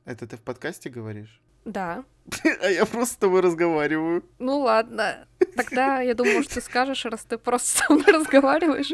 Это ты в подкасте говоришь? Да. А я просто с тобой разговариваю. Ну ладно. Тогда я думаю, что ты скажешь, раз ты просто со мной разговариваешь.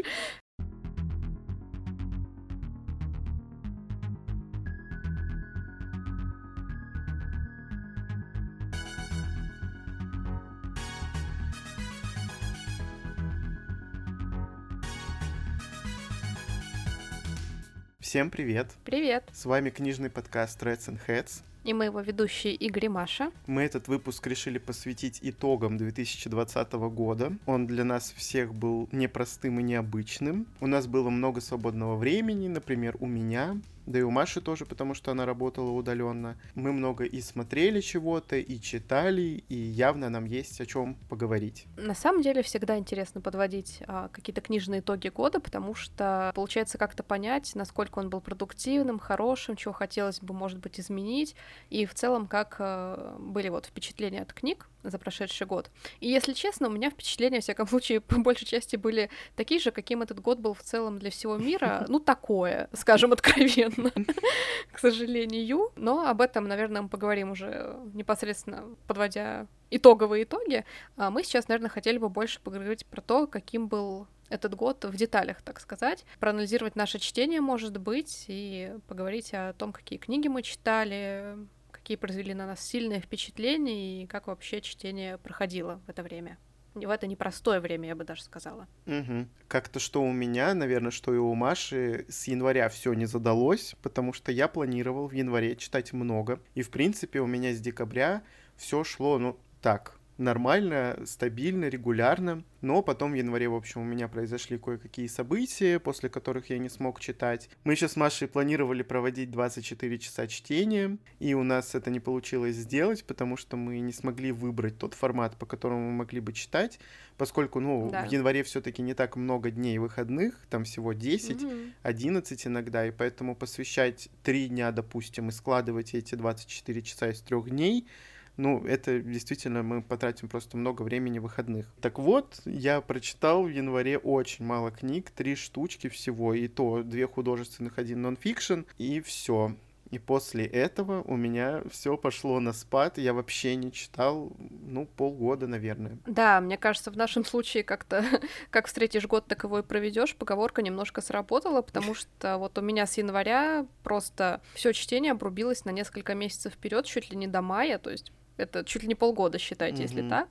Всем привет. Привет. С вами книжный подкаст Reds and Heads. И мы его ведущие Игорь и Маша. Мы этот выпуск решили посвятить итогам 2020 года. Он для нас всех был непростым и необычным. У нас было много свободного времени, например, у меня, да и у Маши тоже, потому что она работала удаленно. Мы много и смотрели чего-то, и читали, и явно нам есть о чем поговорить. На самом деле всегда интересно подводить какие-то книжные итоги года, потому что получается как-то понять, насколько он был продуктивным, хорошим, чего хотелось бы, может быть, изменить, и в целом как были вот впечатления от книг за прошедший год. И если честно, у меня впечатления, во всяком случае, по большей части были такие же, каким этот год был в целом для всего мира. Ну, такое, скажем откровенно, к сожалению. Но об этом, наверное, мы поговорим уже непосредственно, подводя итоговые итоги. А мы сейчас, наверное, хотели бы больше поговорить про то, каким был этот год в деталях, так сказать, проанализировать наше чтение, может быть, и поговорить о том, какие книги мы читали, какие произвели на нас сильное впечатление и как вообще чтение проходило в это время. В это непростое время, я бы даже сказала. Угу. Как-то что у меня, наверное, что и у Маши, с января все не задалось, потому что я планировал в январе читать много. И, в принципе, у меня с декабря все шло, ну, так, нормально, стабильно, регулярно. Но потом в январе, в общем, у меня произошли кое-какие события, после которых я не смог читать. Мы еще с Машей планировали проводить 24 часа чтения, и у нас это не получилось сделать, потому что мы не смогли выбрать тот формат, по которому мы могли бы читать, поскольку, Да. в январе все-таки не так много дней выходных, там всего 10, 11 иногда, и поэтому посвящать 3 дня, допустим, и складывать эти 24 часа из 3 дней, это действительно мы потратим просто много времени выходных. Так вот, я прочитал в январе очень мало книг, 3 штучки всего, и то 2 художественных, 1 нон-фикшн, и все. И после этого у меня все пошло на спад, я вообще не читал, полгода, наверное. Да, мне кажется, в нашем случае как-то как встретишь год, так его и проведешь. Поговорка немножко сработала, потому что вот у меня с января просто все чтение обрубилось на несколько месяцев вперед, чуть ли не до мая, то есть это чуть ли не полгода, считайте, если так.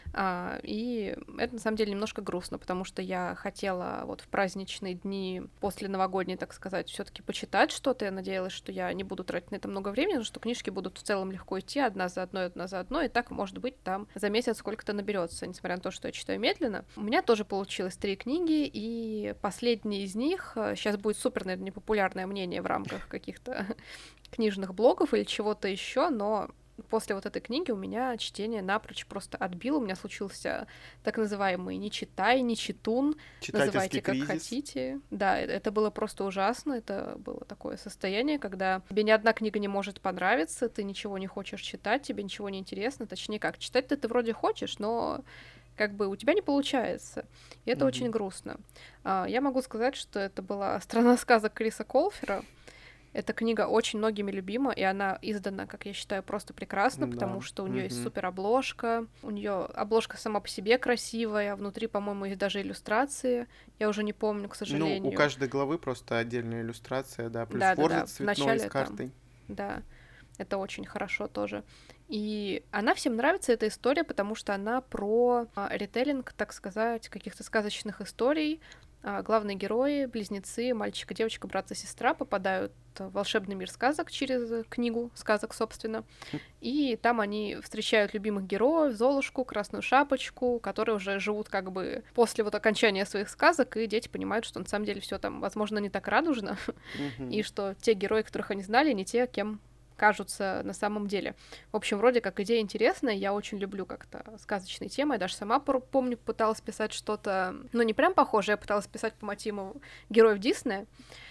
И это, на самом деле, немножко грустно, потому что я хотела вот в праздничные дни, после новогодней, так сказать, все таки почитать что-то. Я надеялась, что я не буду тратить на это много времени, что книжки будут в целом легко идти одна за одной, и так, может быть, там за месяц сколько-то наберется, несмотря на то, что я читаю медленно. У меня тоже получилось 3 книги, и последняя из них, сейчас будет супер, наверное, непопулярное мнение в рамках каких-то книжных блогов или чего-то еще, но после вот этой книги у меня чтение напрочь просто отбило. У меня случился так называемый «не читай», «не читун», называйте как кризис. хотите. Да, это было просто ужасно. Это было такое состояние, когда тебе ни одна книга не может понравиться, ты ничего не хочешь читать, тебе ничего не интересно. Точнее как, читать-то ты вроде хочешь, но как бы у тебя не получается. И это очень грустно. Я могу сказать, что это была «Страна сказок» Криса Колфера. Эта книга очень многими любима, и она издана, как я считаю, просто прекрасно, потому что у нее есть супер обложка, у нее обложка сама по себе красивая, внутри, по-моему, есть даже иллюстрации, я уже не помню, к сожалению. У каждой главы просто отдельная иллюстрация, да, плюс форзац цветной с картой. Да, это очень хорошо тоже. И она всем нравится, эта история, потому что она про рителлинг, так сказать, каких-то сказочных историй. Главные герои, близнецы, мальчик и девочка, брат и сестра, попадают в волшебный мир сказок через книгу сказок, собственно. И там они встречают любимых героев, Золушку, Красную Шапочку, которые уже живут как бы после вот окончания своих сказок, и дети понимают, что на самом деле все там, возможно, не так радужно, и что те герои, которых они знали, не те, кем кажутся на самом деле. В общем, вроде как идея интересная, я очень люблю как-то сказочные темы, я даже сама помню, пыталась писать что-то, не прям похожее, я пыталась писать по мотивам героев Диснея,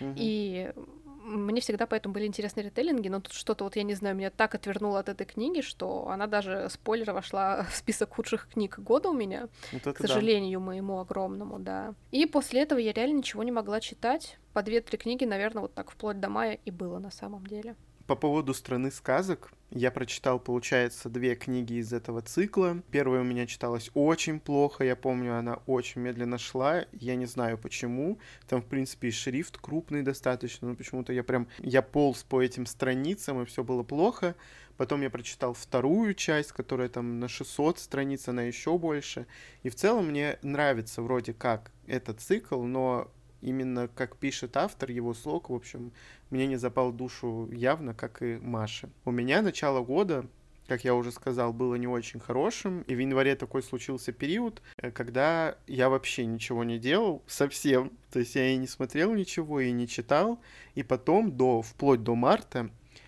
и мне всегда поэтому были интересны рителлинги, но тут что-то, вот я не знаю, меня так отвернуло от этой книги, что она даже, спойлер, вошла в список худших книг года у меня, к сожалению, моему огромному, да. И после этого я реально ничего не могла читать. По 2-3 книги, наверное, вот так вплоть до мая и было на самом деле. По поводу «Страны сказок» я прочитал, получается, 2 книги из этого цикла. Первая у меня читалась очень плохо, я помню, она очень медленно шла, я не знаю почему. Там, в принципе, и шрифт крупный достаточно, но почему-то я полз по этим страницам, и все было плохо. Потом я прочитал вторую часть, которая там на 600 страниц, она еще больше. И в целом мне нравится вроде как этот цикл, но именно как пишет автор, его слог, в общем, мне не запал в душу явно, как и Маше. У меня начало года, как я уже сказал, было не очень хорошим, и в январе такой случился период, когда я вообще ничего не делал совсем, то есть я и не смотрел ничего, и не читал, и потом, вплоть до марта,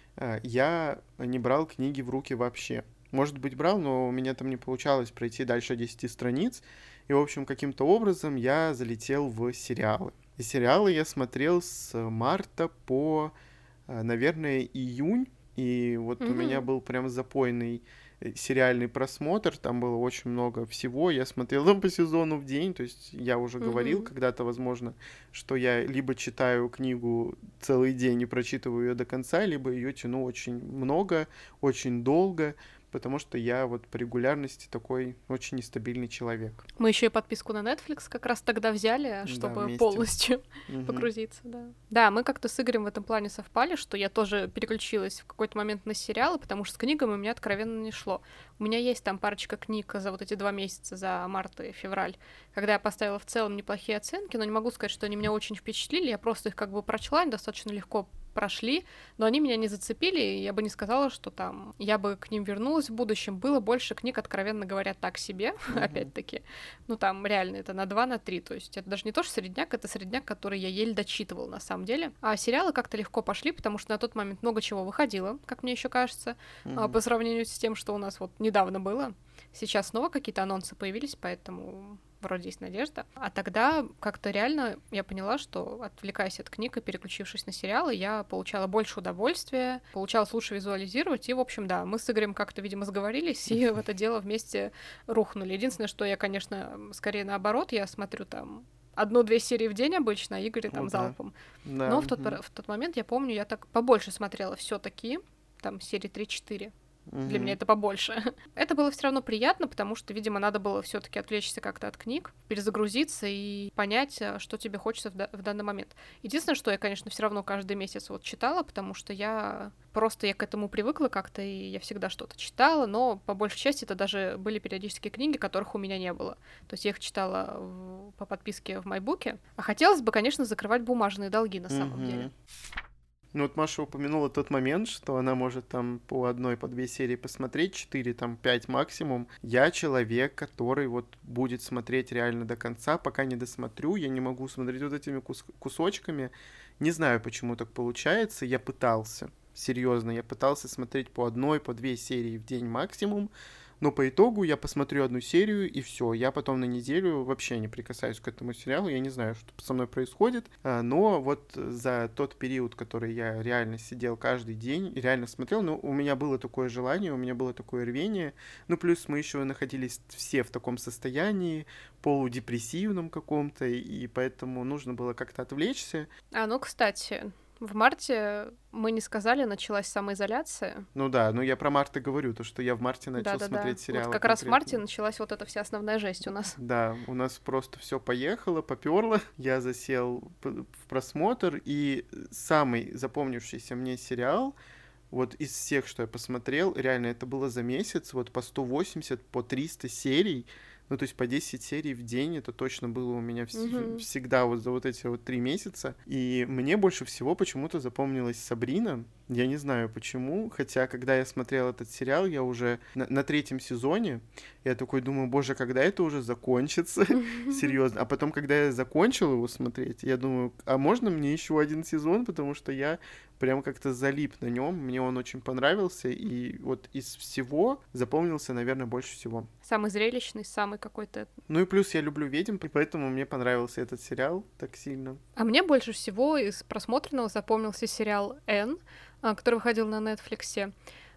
я не брал книги в руки вообще. Может быть, брал, но у меня там не получалось пройти дальше 10 страниц, и, в общем, каким-то образом я залетел в сериалы. И сериалы я смотрел с марта по, наверное, июнь. И вот у меня был прям запойный сериальный просмотр. Там было очень много всего. Я смотрел там по сезону в день. То есть я уже говорил когда-то, возможно, что я либо читаю книгу целый день и прочитываю ее до конца, либо ее тяну очень много, очень долго. Потому что я вот по регулярности такой очень нестабильный человек. Мы еще и подписку на Netflix как раз тогда взяли, чтобы вместе. Полностью погрузиться, да. Да, мы как-то с Игорем в этом плане совпали, что я тоже переключилась в какой-то момент на сериалы, потому что с книгами у меня откровенно не шло. У меня есть там парочка книг за вот эти 2 месяца, за март и февраль, когда я поставила в целом неплохие оценки, но не могу сказать, что они меня очень впечатлили, я просто их как бы прочла, они достаточно легко прошли, но они меня не зацепили, и я бы не сказала, что там я бы к ним вернулась в будущем. Было больше книг, откровенно говоря, так себе, опять-таки. Ну, там реально это на 2, на 3, то есть это даже не то, что средняк, это средняк, который я еле дочитывала на самом деле. А сериалы как-то легко пошли, потому что на тот момент много чего выходило, как мне еще кажется, по сравнению с тем, что у нас вот недавно было. Сейчас снова какие-то анонсы появились, поэтому вроде есть надежда. А тогда как-то реально я поняла, что, отвлекаясь от книг и переключившись на сериалы, я получала больше удовольствия, получалось лучше визуализировать, и, в общем, да, мы с Игорем как-то, видимо, сговорились, и в это дело вместе рухнули. Единственное, что я, конечно, скорее наоборот, я смотрю там 1-2 серии в день обычно, а Игорь там залпом. Да. Но в тот момент, я помню, я так побольше смотрела все-таки, там серии 3-4. Для меня это побольше. Это было все равно приятно, потому что, видимо, надо было все-таки отвлечься как-то от книг, перезагрузиться и понять, что тебе хочется в данный момент. Единственное, что я, конечно, все равно каждый месяц вот читала, потому что я к этому привыкла как-то, и я всегда что-то читала, но по большей части это даже были периодические книги, которых у меня не было. То есть я их читала по подписке в Майбуке. А хотелось бы, конечно, закрывать бумажные долги на самом деле. Ну вот Маша упомянула тот момент, что она может там по 1, по 2 серии посмотреть, 4, там 5 максимум. Я человек, который вот будет смотреть реально до конца, пока не досмотрю, я не могу смотреть вот этими кусочками. Не знаю, почему так получается, я пытался, серьезно, я пытался смотреть по 1, по 2 серии в день максимум, но по итогу я посмотрю 1 серию, и все. Я потом на неделю вообще не прикасаюсь к этому сериалу. Я не знаю, что со мной происходит. Но вот за тот период, который я реально сидел каждый день, реально смотрел, ну, у меня было такое желание, у меня было такое рвение. Ну, плюс мы еще находились все в таком состоянии, полудепрессивном каком-то, и поэтому нужно было как-то отвлечься. Ну, кстати, в марте, мы не сказали, началась самоизоляция. Ну да, но я про март и говорю, то, что я в марте начал смотреть сериалы. Вот как раз в марте началась вот эта вся основная жесть у нас. Да, у нас просто все поехало, поперло. Я засел в просмотр, и самый запомнившийся мне сериал, вот из всех, что я посмотрел, реально это было за месяц, вот по 180, по 300 серий. Ну, то есть по 10 серий в день, это точно было у меня всегда вот за вот эти вот 3 месяца. И мне больше всего почему-то запомнилась Сабрина. Я не знаю почему, хотя когда я смотрел этот сериал, я уже на 3-м сезоне, я такой думаю, боже, когда это уже закончится? Серьезно. А потом, когда я закончил его смотреть, я думаю, а можно мне еще 1 сезон? Потому что я прям как-то залип на нем, мне он очень понравился, и вот из всего запомнился, наверное, больше всего. Самый зрелищный, самый какой-то... Ну и плюс я люблю ведьм, и поэтому мне понравился этот сериал так сильно. А мне больше всего из просмотренного запомнился сериал «Энн», который выходил на Netflix.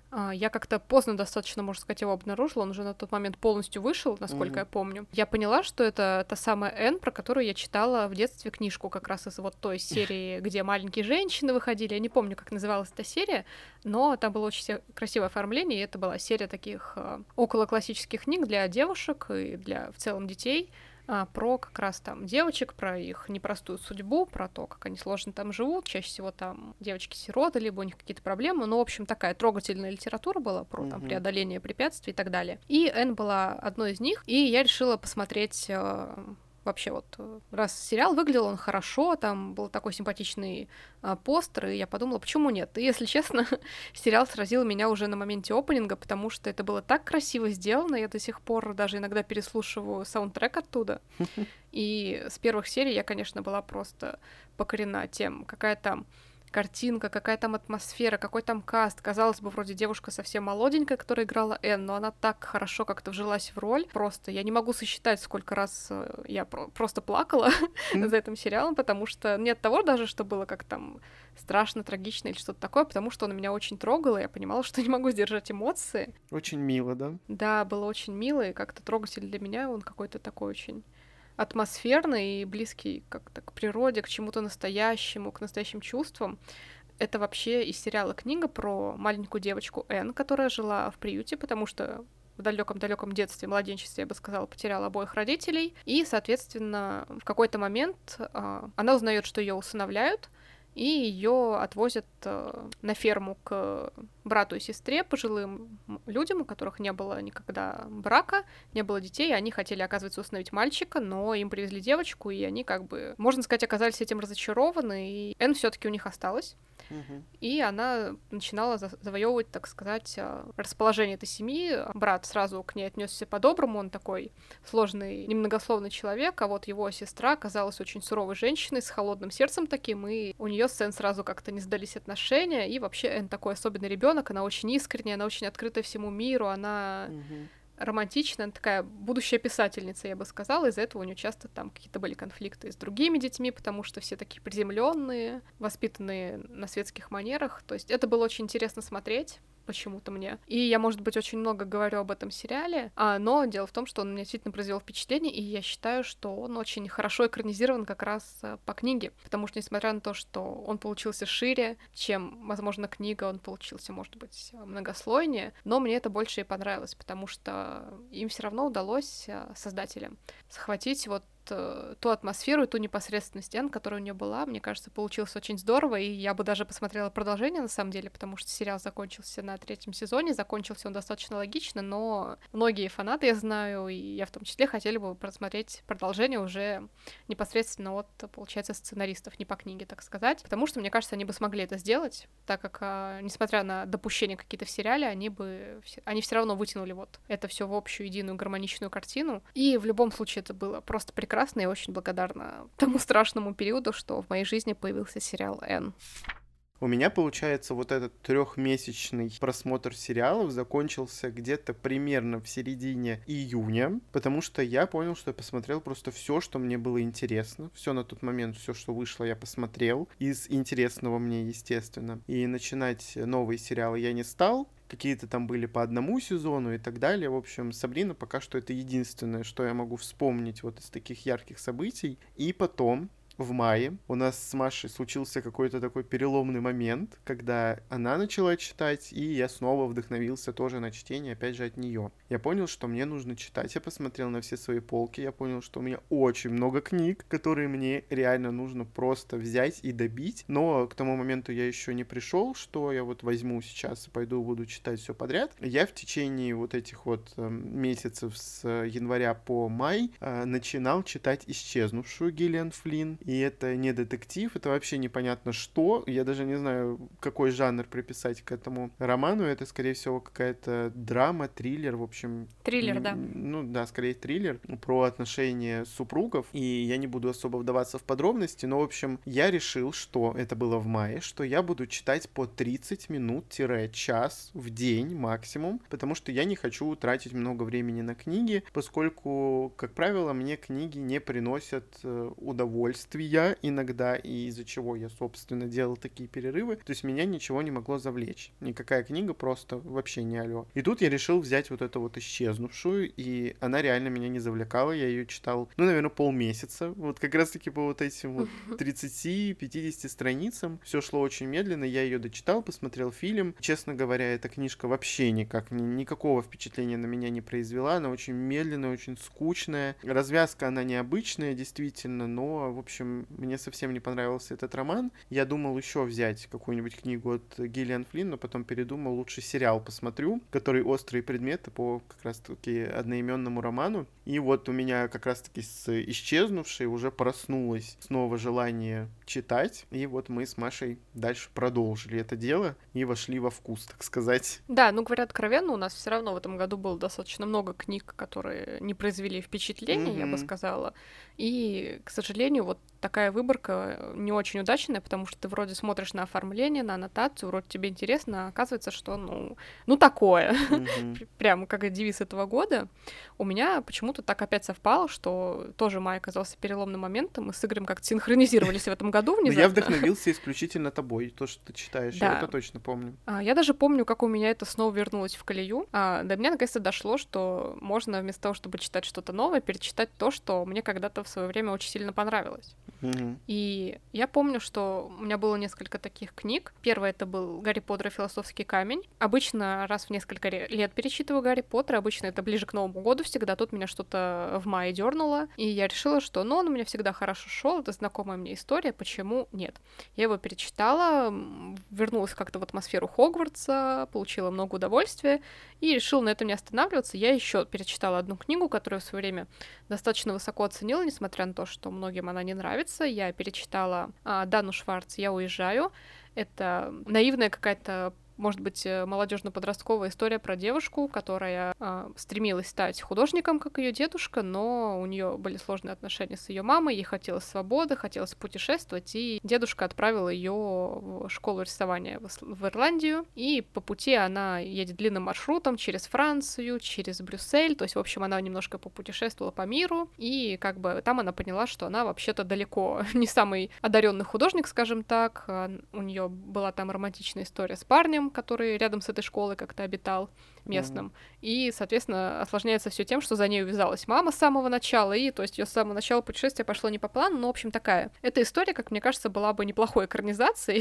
Я как-то поздно достаточно, можно сказать, его обнаружила. Он уже на тот момент полностью вышел, насколько я помню. Я поняла, что это та самая Энн, про которую я читала в детстве книжку, как раз из вот той серии, где маленькие женщины выходили. Я не помню, как называлась эта серия, но там было очень красивое оформление, и это была серия таких около классических книг для девушек и для в целом детей, про как раз там девочек, про их непростую судьбу, про то, как они сложно там живут. Чаще всего там девочки-сироты, либо у них какие-то проблемы. Ну, в общем, такая трогательная литература была про там преодоление препятствий и так далее. И Энн была одной из них, и я решила посмотреть вообще вот, раз сериал выглядел он хорошо, там был такой симпатичный постер, и я подумала, почему нет? И, если честно, сериал сразил меня уже на моменте опенинга, потому что это было так красиво сделано, я до сих пор даже иногда переслушиваю саундтрек оттуда. И с первых серий я, конечно, была просто покорена тем, какая там картинка, какая там атмосфера, какой там каст. Казалось бы, вроде девушка совсем молоденькая, которая играла Энн, но она так хорошо как-то вжилась в роль. Просто я не могу сосчитать, сколько раз я просто плакала за этим сериалом, потому что не от того даже, что было как там страшно, трагично или что-то такое, потому что он меня очень трогал, и я понимала, что не могу сдержать эмоции. Очень мило, да? Да, было очень мило, и как-то трогательный для меня, он какой-то такой очень атмосферный и близкий как-то к природе, к чему-то настоящему, к настоящим чувствам. Это вообще из сериала книга про маленькую девочку Энн, которая жила в приюте, потому что в далеком-далеком детстве, младенчестве, я бы сказала, потеряла обоих родителей. И, соответственно, в какой-то момент она узнает, что ее усыновляют, и ее отвозят на ферму к брату и сестре, пожилым людям, у которых не было никогда брака, не было детей, и они хотели, оказывается, усыновить мальчика, но им привезли девочку, и они как бы, можно сказать, оказались этим разочарованы, и Энн все-таки у них осталась. И она начинала завоевывать, так сказать, расположение этой семьи. Брат сразу к ней отнесся по-доброму, он такой сложный, немногословный человек, а вот его сестра оказалась очень суровой женщиной, с холодным сердцем таким, и у нее с Энн сразу как-то не сдались отношения, и вообще Энн такой особенный ребенок, она очень искренняя, она очень открытая всему миру, она романтичная, она такая будущая писательница, я бы сказала, из-за этого у нее часто там какие-то были конфликты с другими детьми, потому что все такие приземленные, воспитанные на светских манерах, то есть это было очень интересно смотреть почему-то мне. И я, может быть, очень много говорю об этом сериале, но дело в том, что он меня действительно произвел впечатление, и я считаю, что он очень хорошо экранизирован как раз по книге, потому что, несмотря на то, что он получился шире, чем, возможно, книга, он получился, может быть, многослойнее, но мне это больше и понравилось, потому что им все равно удалось, создателям, схватить вот ту атмосферу и ту непосредственность Энн, которая у нее была, мне кажется, получилось очень здорово, и я бы даже посмотрела продолжение, на самом деле, потому что сериал закончился на 3-м сезоне, закончился он достаточно логично, но многие фанаты, я знаю, и я в том числе, хотели бы просмотреть продолжение уже непосредственно от, получается, сценаристов, не по книге, так сказать, потому что, мне кажется, они бы смогли это сделать, так как, несмотря на допущения какие-то в сериале, они все равно вытянули вот это все в общую единую гармоничную картину, и в любом случае это было просто прекрасно, и очень благодарна тому страшному периоду, что в моей жизни появился сериал «Энн». У меня, получается, вот этот 3-месячный просмотр сериалов закончился где-то примерно в середине июня, потому что я понял, что я посмотрел просто все, что мне было интересно. Все на тот момент, все, что вышло, я посмотрел. Из интересного мне, естественно. И начинать новые сериалы я не стал. Какие-то там были по 1 сезону и так далее. В общем, Сабрина пока что это единственное, что я могу вспомнить вот из таких ярких событий. И потом, в мае, у нас с Машей случился какой-то такой переломный момент, когда она начала читать, и я снова вдохновился тоже на чтение, опять же, от нее. Я понял, что мне нужно читать. Я посмотрел на все свои полки, я понял, что у меня очень много книг, которые мне реально нужно просто взять и добить. Но к тому моменту я еще не пришел, что я вот возьму сейчас и пойду буду читать все подряд. Я в течение вот этих вот месяцев с января по май начинал читать «Исчезнувшую» Гиллиан Флинн. И это не детектив, это вообще непонятно что. Я даже не знаю, какой жанр приписать к этому роману. Это, скорее всего, какая-то драма, триллер, в общем. Триллер, да. Ну да, скорее триллер про отношения супругов. И я не буду особо вдаваться в подробности, но, в общем, я решил, что это было в мае, что я буду читать по 30 минут-час в день максимум, потому что я не хочу тратить много времени на книги, поскольку, как правило, мне книги не приносят удовольствия отсутствия иногда, и из-за чего я, собственно, делал такие перерывы. То есть меня ничего не могло завлечь. Никакая книга просто вообще не алё. И тут я решил взять вот эту вот «Исчезнувшую», и она реально меня не завлекала. Я ее читал, ну, наверное, полмесяца. Вот как раз-таки по вот этим вот 30-50 страницам. Все шло очень медленно. Я ее дочитал, посмотрел фильм. Честно говоря, эта книжка вообще никакого впечатления на меня не произвела. Она очень медленная, очень скучная. Развязка она необычная, действительно, но, в общем, мне совсем не понравился этот роман. Я думал еще взять какую-нибудь книгу от Гиллиан Флинн, но потом передумал, лучше сериал посмотрю, который «Острые предметы» по как раз-таки одноименному роману. И вот у меня как раз-таки с «Исчезнувшей» уже проснулось снова желание читать. И вот мы с Машей дальше продолжили это дело и вошли во вкус, так сказать. Да, ну говоря откровенно, у нас все равно в этом году было достаточно много книг, которые не произвели впечатления, я бы сказала. И, к сожалению, вот такая выборка не очень удачная, потому что ты вроде смотришь на оформление, на аннотацию, вроде тебе интересно, а оказывается, что ну такое. Прямо как девиз этого года. У меня почему-то так опять совпало, что тоже май оказался переломным моментом. Мы с Игорем как-то синхронизировались в этом году внезапно. Я вдохновился исключительно тобой, то, что ты читаешь, я это точно помню. Я даже помню, как у меня это снова вернулось в колею. До меня наконец-то дошло, что можно вместо того, чтобы читать что-то новое, перечитать то, что мне когда-то в свое время очень сильно понравилось. И я помню, что у меня было несколько таких книг. Первое это был «Гарри Поттер и философский камень». Обычно раз в несколько лет перечитываю Гарри Поттера. Обычно это ближе к Новому году всегда. Тут меня что-то в мае дернуло. И я решила, что он у меня всегда хорошо шел. Это знакомая мне история. Почему нет? Я его перечитала, вернулась как-то в атмосферу Хогвартса, получила много удовольствия и решила на этом не останавливаться. Я еще перечитала одну книгу, которую в свое время достаточно высоко оценила, несмотря на то, что многим она не нравится. Я перечитала Данну Шварц «Я уезжаю». Это наивная какая-то, может быть, молодежно-подростковая история про девушку, которая стремилась стать художником, как ее дедушка, но у нее были сложные отношения с ее мамой, ей хотелось свободы, хотелось путешествовать, и дедушка отправил ее в школу рисования в Ирландию, и по пути она едет длинным маршрутом через Францию, через Брюссель, то есть, в общем, она немножко попутешествовала по миру, и как бы там она поняла, что она вообще-то далеко не самый одаренный художник, скажем так, у нее была там романтичная история с парнем, который рядом с этой школой как-то обитал, местным. И, соответственно, осложняется все тем, что за ней увязалась мама с самого начала, и, то есть, ее с самого начала путешествия пошло не по плану, но, в общем, такая. Эта история, как мне кажется, была бы неплохой экранизацией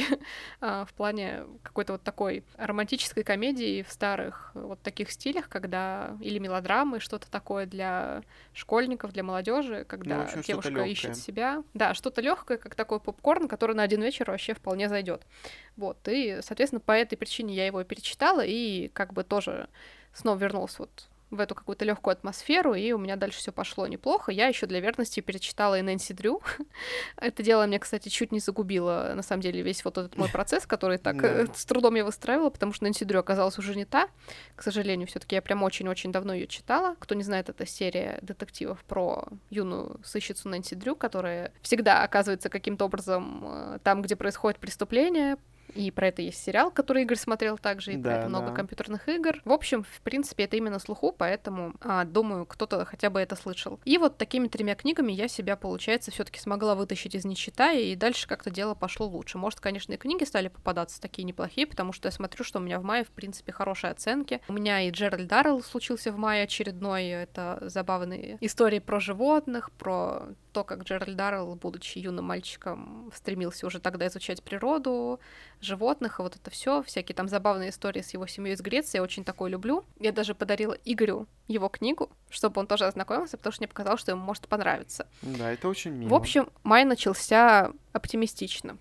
в плане какой-то вот такой романтической комедии в старых вот таких стилях, когда или мелодрамы, что-то такое для школьников, для молодежи, когда девушка ищет себя. Да, что-то легкое, как такой попкорн, который на один вечер вообще вполне зайдет. Вот, и, соответственно, по этой причине я его перечитала, и как бы тоже снова вернулась вот в эту какую-то легкую атмосферу, и у меня дальше все пошло неплохо. Я еще для верности перечитала и Нэнси Дрю. Это дело мне, кстати, чуть не загубило, на самом деле, весь вот этот мой процесс, который так с трудом я выстраивала, потому что Нэнси Дрю оказалась уже не та. К сожалению, все-таки я прям очень-очень давно ее читала. Кто не знает, это серия детективов про юную сыщицу Нэнси Дрю, которая всегда оказывается каким-то образом там, где происходит преступление. И про это есть сериал, который Игорь смотрел также, и про это много компьютерных игр. В общем, в принципе, это именно слуху, поэтому, думаю, кто-то хотя бы это слышал. И вот такими 3 книгами я себя, получается, все таки смогла вытащить из нечитая, и дальше как-то дело пошло лучше. Может, конечно, и книги стали попадаться такие неплохие, потому что я смотрю, что у меня в мае, в принципе, хорошие оценки. У меня и Джеральд Даррелл случился в мае очередной. Это забавные истории про животных, про то, как Джеральд Даррелл, будучи юным мальчиком, стремился уже тогда изучать природу, животных, и вот это все, всякие там забавные истории с его семьей из Греции, я очень такое люблю. Я даже подарила Игорю его книгу, чтобы он тоже ознакомился, потому что мне показалось, что ему может понравиться. Да, это очень мило. В общем, май начался оптимистично.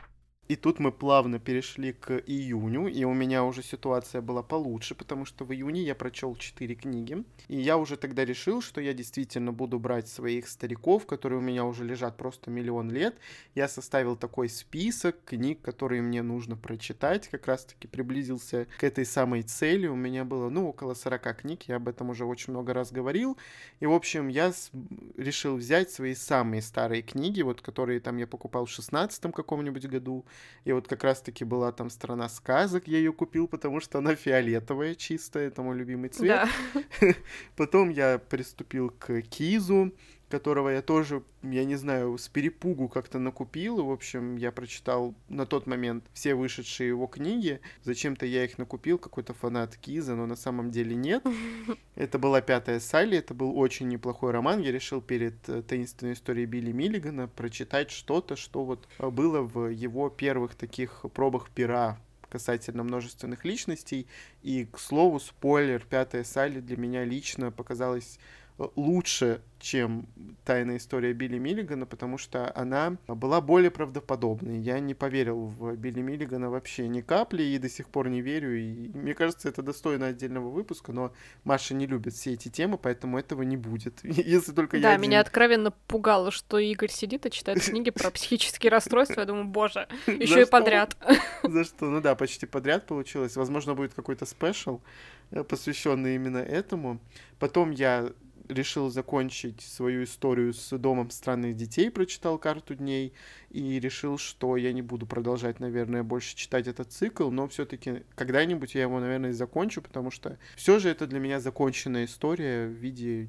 И тут мы плавно перешли к июню, и у меня уже ситуация была получше, потому что в июне я прочел 4 книги, и я уже тогда решил, что я действительно буду брать своих стариков, которые у меня уже лежат просто миллион лет. Я составил такой список книг, которые мне нужно прочитать, как раз-таки приблизился к этой самой цели. У меня было, около 40 книг, я об этом уже очень много раз говорил, и, в общем, я решил взять свои самые старые книги, вот которые там я покупал в 16-м каком-нибудь году. И вот как раз-таки была там «Страна сказок», я ее купил, потому что она фиолетовая, чистая, это мой любимый цвет. Да. Потом я приступил к Кизу, которого я тоже, я не знаю, с перепугу как-то накупил. И, в общем, я прочитал на тот момент все вышедшие его книги. Зачем-то я их накупил, какой-то фанат Киза, но на самом деле нет. Это была «Пятая Салли», это был очень неплохой роман. Я решил перед «Таинственной историей Билли Миллигана» прочитать что-то, что вот было в его первых таких пробах пера касательно множественных личностей. И, к слову, спойлер, «Пятая Салли» для меня лично показалась лучше, чем «Тайная история Билли Миллигана», потому что она была более правдоподобной. Я не поверил в Билли Миллигана вообще ни капли и до сих пор не верю. И мне кажется, это достойно отдельного выпуска, но Маша не любит все эти темы, поэтому этого не будет. Если только Да, я меня откровенно пугало, что Игорь сидит и читает книги про психические расстройства. Я думаю, боже, еще и подряд. За что? Ну да, почти подряд получилось. Возможно, будет какой-то спешл, посвященный именно этому. Потом я решил закончить свою историю с «Домом странных детей», прочитал «Карту дней» и решил, что я не буду продолжать, наверное, больше читать этот цикл, но все-таки когда-нибудь я его, наверное, закончу, потому что все же это для меня законченная история в виде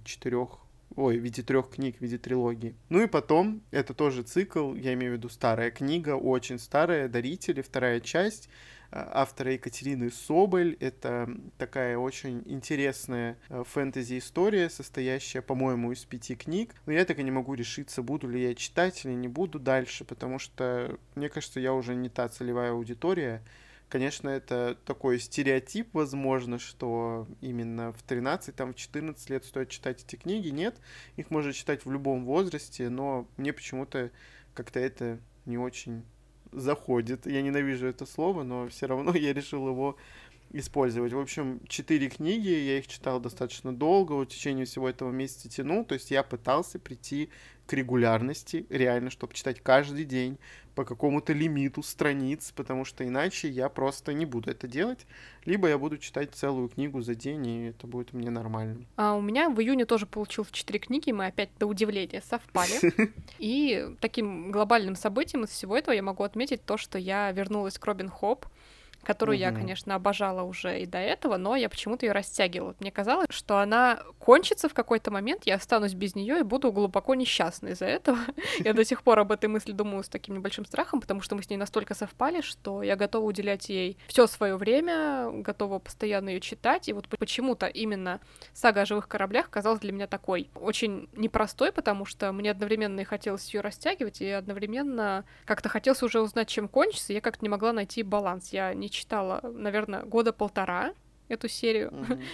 в виде 3 книг, в виде трилогии. Ну и потом, это тоже цикл, я имею в виду старая книга, очень старая, «Дарители», 2 часть, автора Екатерины Соболь. Это такая очень интересная фэнтези-история, состоящая, по-моему, из 5 книг. Но я так и не могу решиться, буду ли я читать или не буду дальше, потому что, мне кажется, я уже не та целевая аудитория. Конечно, это такой стереотип, возможно, что именно в 13, там, в 14 лет стоит читать эти книги. Нет, их можно читать в любом возрасте, но мне почему-то как-то это не очень заходит. Я ненавижу это слово, но все равно я решил его использовать. В общем, 4 книги, я их читал достаточно долго, в течение всего этого месяца тянул, то есть я пытался прийти к регулярности, реально, чтобы читать каждый день по какому-то лимиту страниц, потому что иначе я просто не буду это делать, либо я буду читать целую книгу за день, и это будет мне нормально. А у меня в июне тоже получилось 4 книги, мы опять до удивления совпали. И таким глобальным событием из всего этого я могу отметить то, что я вернулась к Робин Хоп, которую я, конечно, обожала уже и до этого, но я почему-то ее растягивала. Мне казалось, что она кончится в какой-то момент, я останусь без нее и буду глубоко несчастна из-за этого. Я до сих пор об этой мысли думаю с таким небольшим страхом, потому что мы с ней настолько совпали, что я готова уделять ей все свое время, готова постоянно ее читать. И вот почему-то именно сага о живых кораблях казалась для меня такой очень непростой, потому что мне одновременно и хотелось ее растягивать, и одновременно как-то хотелось уже узнать, чем кончится, и я как-то не могла найти баланс. Я не читала, наверное, 1.5 года эту серию,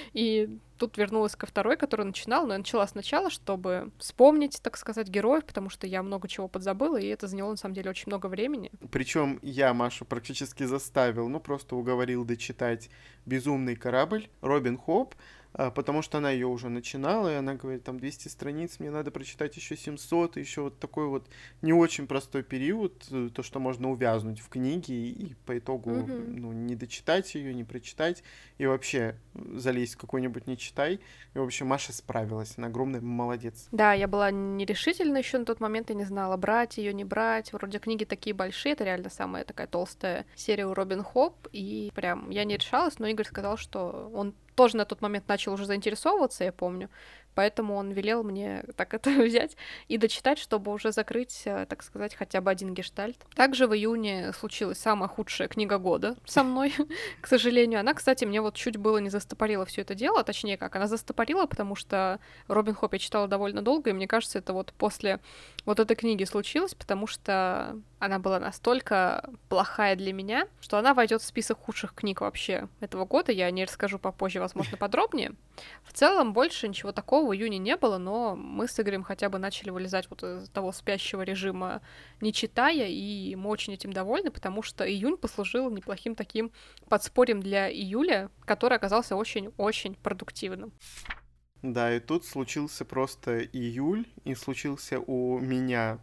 и тут вернулась ко 2, которую начинала, но я начала сначала, чтобы вспомнить, так сказать, героев, потому что я много чего подзабыла, и это заняло, на самом деле, очень много времени. Причем я Машу практически заставил, просто уговорил дочитать «Безумный корабль», Робин Хоп, потому что она ее уже начинала, и она говорит, там 200 страниц, мне надо прочитать еще 700, и еще вот такой вот не очень простой период, то, что можно увязнуть в книге, и по итогу не дочитать ее, не прочитать, и вообще залезть в какой-нибудь «Не читай». И, в общем, Маша справилась, она огромная молодец. Да, я была нерешительна еще на тот момент, я не знала, брать ее, не брать. Вроде книги такие большие, это реально самая такая толстая серия у Робин Хоп, и прям я не решалась, но Игорь сказал, что он тоже на тот момент начал уже заинтересовываться, я помню, поэтому он велел мне так это взять и дочитать, чтобы уже закрыть, так сказать, хотя бы один гештальт. Также в июне случилась самая худшая книга года со мной, к сожалению. Она, кстати, мне вот чуть было не застопорила все это дело, точнее как, она застопорила, потому что Робин Хоп я читала довольно долго, и мне кажется, это вот после вот этой книги случилось, потому что она была настолько плохая для меня, что она войдет в список худших книг вообще этого года. Я не расскажу попозже, возможно, подробнее. В целом, больше ничего такого в июне не было, но мы с Игорем хотя бы начали вылезать вот из того спящего режима, не читая, и мы очень этим довольны, потому что июнь послужил неплохим таким подспорьем для июля, который оказался очень-очень продуктивным. Да, и тут случился просто июль, и случился у меня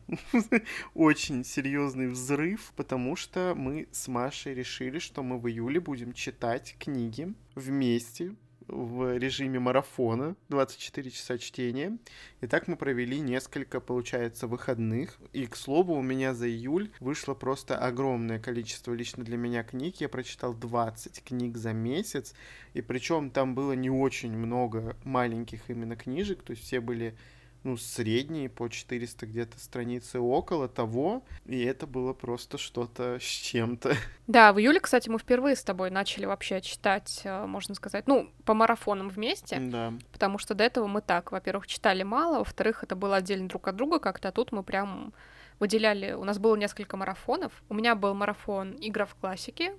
очень серьезный взрыв, потому что мы с Машей решили, что мы в июле будем читать книги вместе в режиме марафона, 24 часа чтения. И так мы провели несколько, получается, выходных. И, к слову, у меня за июль вышло просто огромное количество лично для меня книг. Я прочитал 20 книг за месяц. И причем там было не очень много маленьких именно книжек. То есть все были ну, средние по 400 где-то страницы, около того, и это было просто что-то с чем-то. Да, в июле, кстати, мы впервые с тобой начали вообще читать, можно сказать, ну, по марафонам вместе, Да. потому что до этого мы так, во-первых, читали мало, во-вторых, это было отдельно друг от друга как-то, а тут мы прям выделяли, у нас было несколько марафонов, у меня был марафон «Игра в классике»,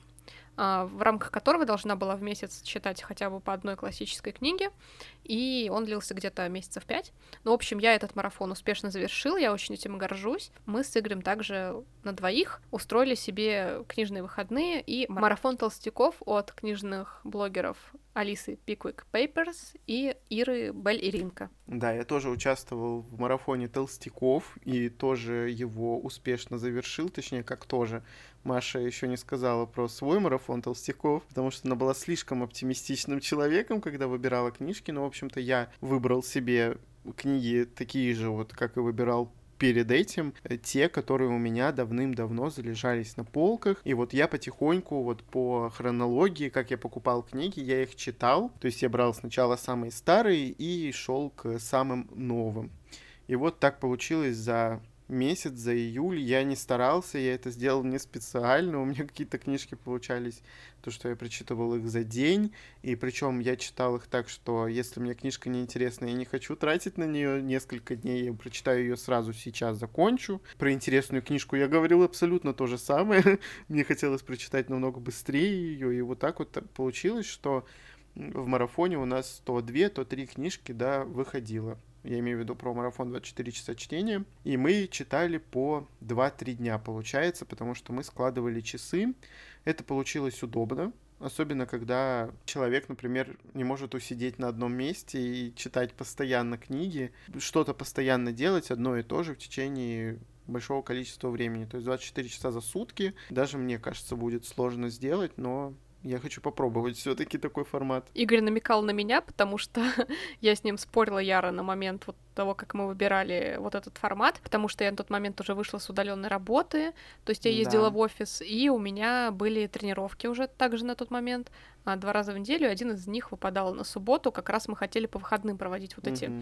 в рамках которого должна была в месяц читать хотя бы по одной классической книге, и он длился где-то месяцев 5. Ну, в общем, я этот марафон успешно завершила, я очень этим горжусь. Мы с Игорем также на двоих устроили себе книжные выходные и марафон толстяков от книжных блогеров Алисы Пиквик Пейперс и Иры Бель Иринка. Да, я тоже участвовал в марафоне толстяков и тоже его успешно завершил, точнее, как тоже. Маша еще не сказала про свой марафон толстяков, потому что она была слишком оптимистичным человеком, когда выбирала книжки, но, в общем-то, я выбрал себе книги такие же, вот, как и выбирал перед этим, те, которые у меня давным-давно залежались на полках, и вот я потихоньку, вот по хронологии, как я покупал книги, я их читал, то есть я брал сначала самые старые и шел к самым новым. И вот так получилось за месяц, за июль. Я не старался, я это сделал не специально. У меня какие-то книжки получались, то, что я прочитывал их за день. И причем я читал их так, что если мне книжка неинтересна, я не хочу тратить на нее несколько дней, я прочитаю ее сразу сейчас, закончу. Про интересную книжку я говорил абсолютно то же самое. Мне хотелось прочитать намного быстрее ее. И вот так вот получилось, что в марафоне у нас то 2, то 3 книжки, да, выходило. Я имею в виду про марафон 24 часа чтения. И мы читали по 2-3 дня, получается, потому что мы складывали часы. Это получилось удобно. Особенно, когда человек, например, не может усидеть на одном месте и читать постоянно книги, что-то постоянно делать одно и то же в течение большого количества времени. То есть 24 часа за сутки. Даже мне кажется, будет сложно сделать, но я хочу попробовать все-таки такой формат. Игорь намекал на меня, потому что я с ним спорила яро на момент вот того, как мы выбирали вот этот формат, потому что я на тот момент уже вышла с удаленной работы, то есть я ездила в офис, и у меня были тренировки уже также на тот момент, 2 раза в неделю, один из них выпадал на субботу, как раз мы хотели по выходным проводить вот эти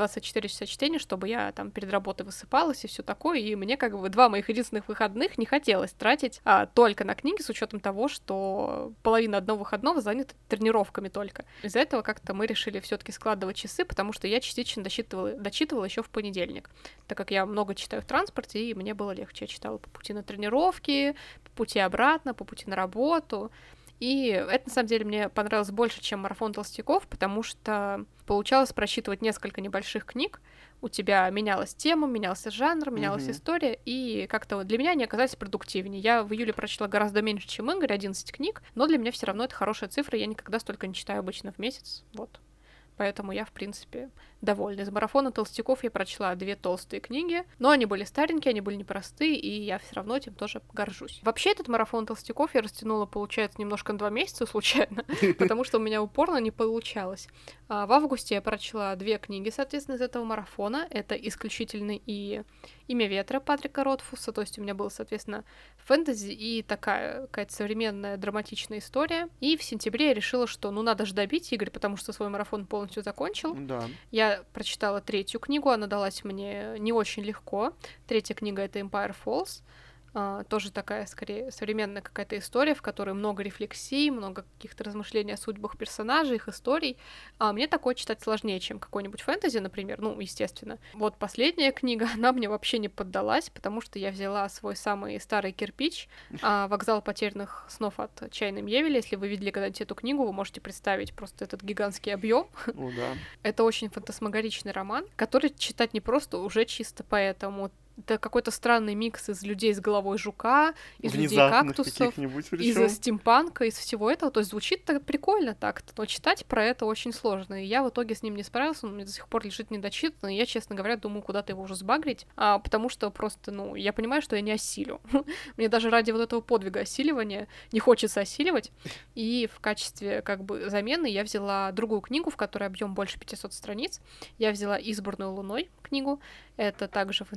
24 часа чтения, чтобы я там перед работой высыпалась и все такое, и мне как бы 2 моих единственных выходных не хотелось тратить только на книги, с учетом того, что половина одного выходного занята тренировками только. Из-за этого как-то мы решили все-таки складывать часы, потому что я частично дочитывала еще в понедельник, так как я много читаю в транспорте, и мне было легче. Я читала по пути на тренировки, по пути обратно, по пути на работу. И это, на самом деле, мне понравилось больше, чем марафон толстяков, потому что получалось прочитывать несколько небольших книг, у тебя менялась тема, менялся жанр, менялась история, и как-то для меня они оказались продуктивнее. Я в июле прочла гораздо меньше, чем Игорь, 11 книг, но для меня все равно это хорошая цифра, я никогда столько не читаю обычно в месяц, вот. Поэтому я, в принципе, довольна. Из марафона толстяков я прочла 2 толстые книги, но они были старенькие, они были непростые, и я все равно этим тоже горжусь. Вообще, этот марафон толстяков я растянула, получается, немножко на 2 месяца случайно, потому что у меня упорно не получалось. В августе я прочла 2 книги, соответственно, из этого марафона. Это «Исключительный» и «Имя ветра» Патрика Ротфуса, то есть у меня было, соответственно, фэнтези и такая какая-то современная драматичная история. И в сентябре я решила, что надо же добить Игорь, потому что свой марафон полностью закончил. Да. Я прочитала 3-ю книгу, она далась мне не очень легко. 3-я книга — это Empire Falls. Тоже такая, скорее, современная какая-то история, в которой много рефлексий, много каких-то размышлений о судьбах персонажей, их историй. Мне такое читать сложнее, чем какой-нибудь фэнтези, например, естественно. Вот последняя книга, она мне вообще не поддалась, потому что я взяла свой самый старый кирпич, «Вокзал потерянных снов» от Чайны Мьевеля. Если вы видели когда-нибудь эту книгу, вы можете представить просто этот гигантский объем. Да. Это очень фантасмагоричный роман, который читать не просто, уже чисто поэтому. Это какой-то странный микс из людей с головой жука, из людей-кактусов, из стимпанка, из всего этого. То есть звучит так прикольно так-то, но читать про это очень сложно. И я в итоге с ним не справилась, он у меня до сих пор лежит недочитанный. И я, честно говоря, думаю, куда-то его уже сбагрить, потому что просто, я понимаю, что я не осилю. Мне даже ради вот этого подвига осиливания не хочется осиливать. И в качестве как бы замены я взяла другую книгу, в которой объем больше 500 страниц. Я взяла «Избранную луной» книгу. Это также фэнтезийная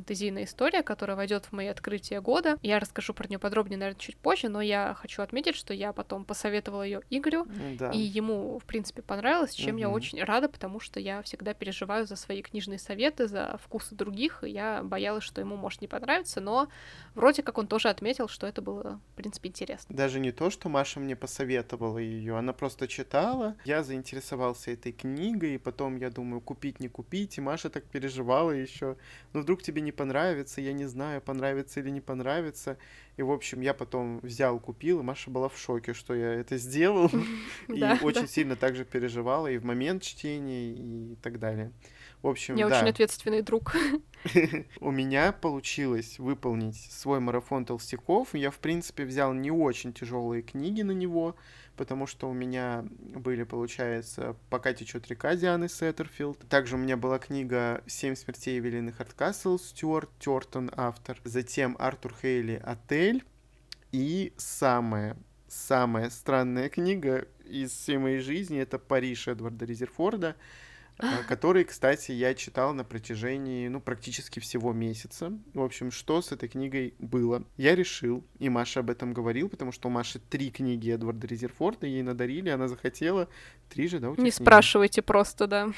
история, которая войдет в мои открытия года. Я расскажу про нее подробнее, наверное, чуть позже, но я хочу отметить, что я потом посоветовала ее Игорю, Да. и ему, в принципе, понравилось, чем я Мгм. очень рада, потому что я всегда переживаю за свои книжные советы, за вкусы других, и я боялась, что ему может не понравиться, но вроде как он тоже отметил, что это было, в принципе, интересно. Даже не то, что Маша мне посоветовала ее, она просто читала. Я заинтересовался этой книгой, и потом я думаю, купить, не купить, и Маша так переживала еще. Ну, вдруг тебе не понравится, я не знаю, понравится или не понравится. И, в общем, я потом взял, купил, и Маша была в шоке, что я это сделал. И Да, очень да. сильно также переживала и в момент чтения, и так далее. В общем, Я очень да, ответственный друг. у меня получилось выполнить свой марафон толстяков. Я, в принципе, взял не очень тяжелые книги на него, потому что у меня были, получается, «Пока течет река» Дианы Сеттерфилд. Также у меня была книга «Семь смертей Эвелины Хардкасл», Стюарт Тёртон автор. Затем Артур Хейли «Отель». И самая странная книга из всей моей жизни — это «Париж» Эдварда Резерфорда, который, кстати, я читал на протяжении, ну, практически всего месяца. В общем, что с этой книгой было? Я решил, и Маша об этом говорил, потому что у Маши 3 книги Эдварда Резерфорда, ей надарили, она захотела. 3 же, да, у тебя Не книги? спрашивайте просто, да.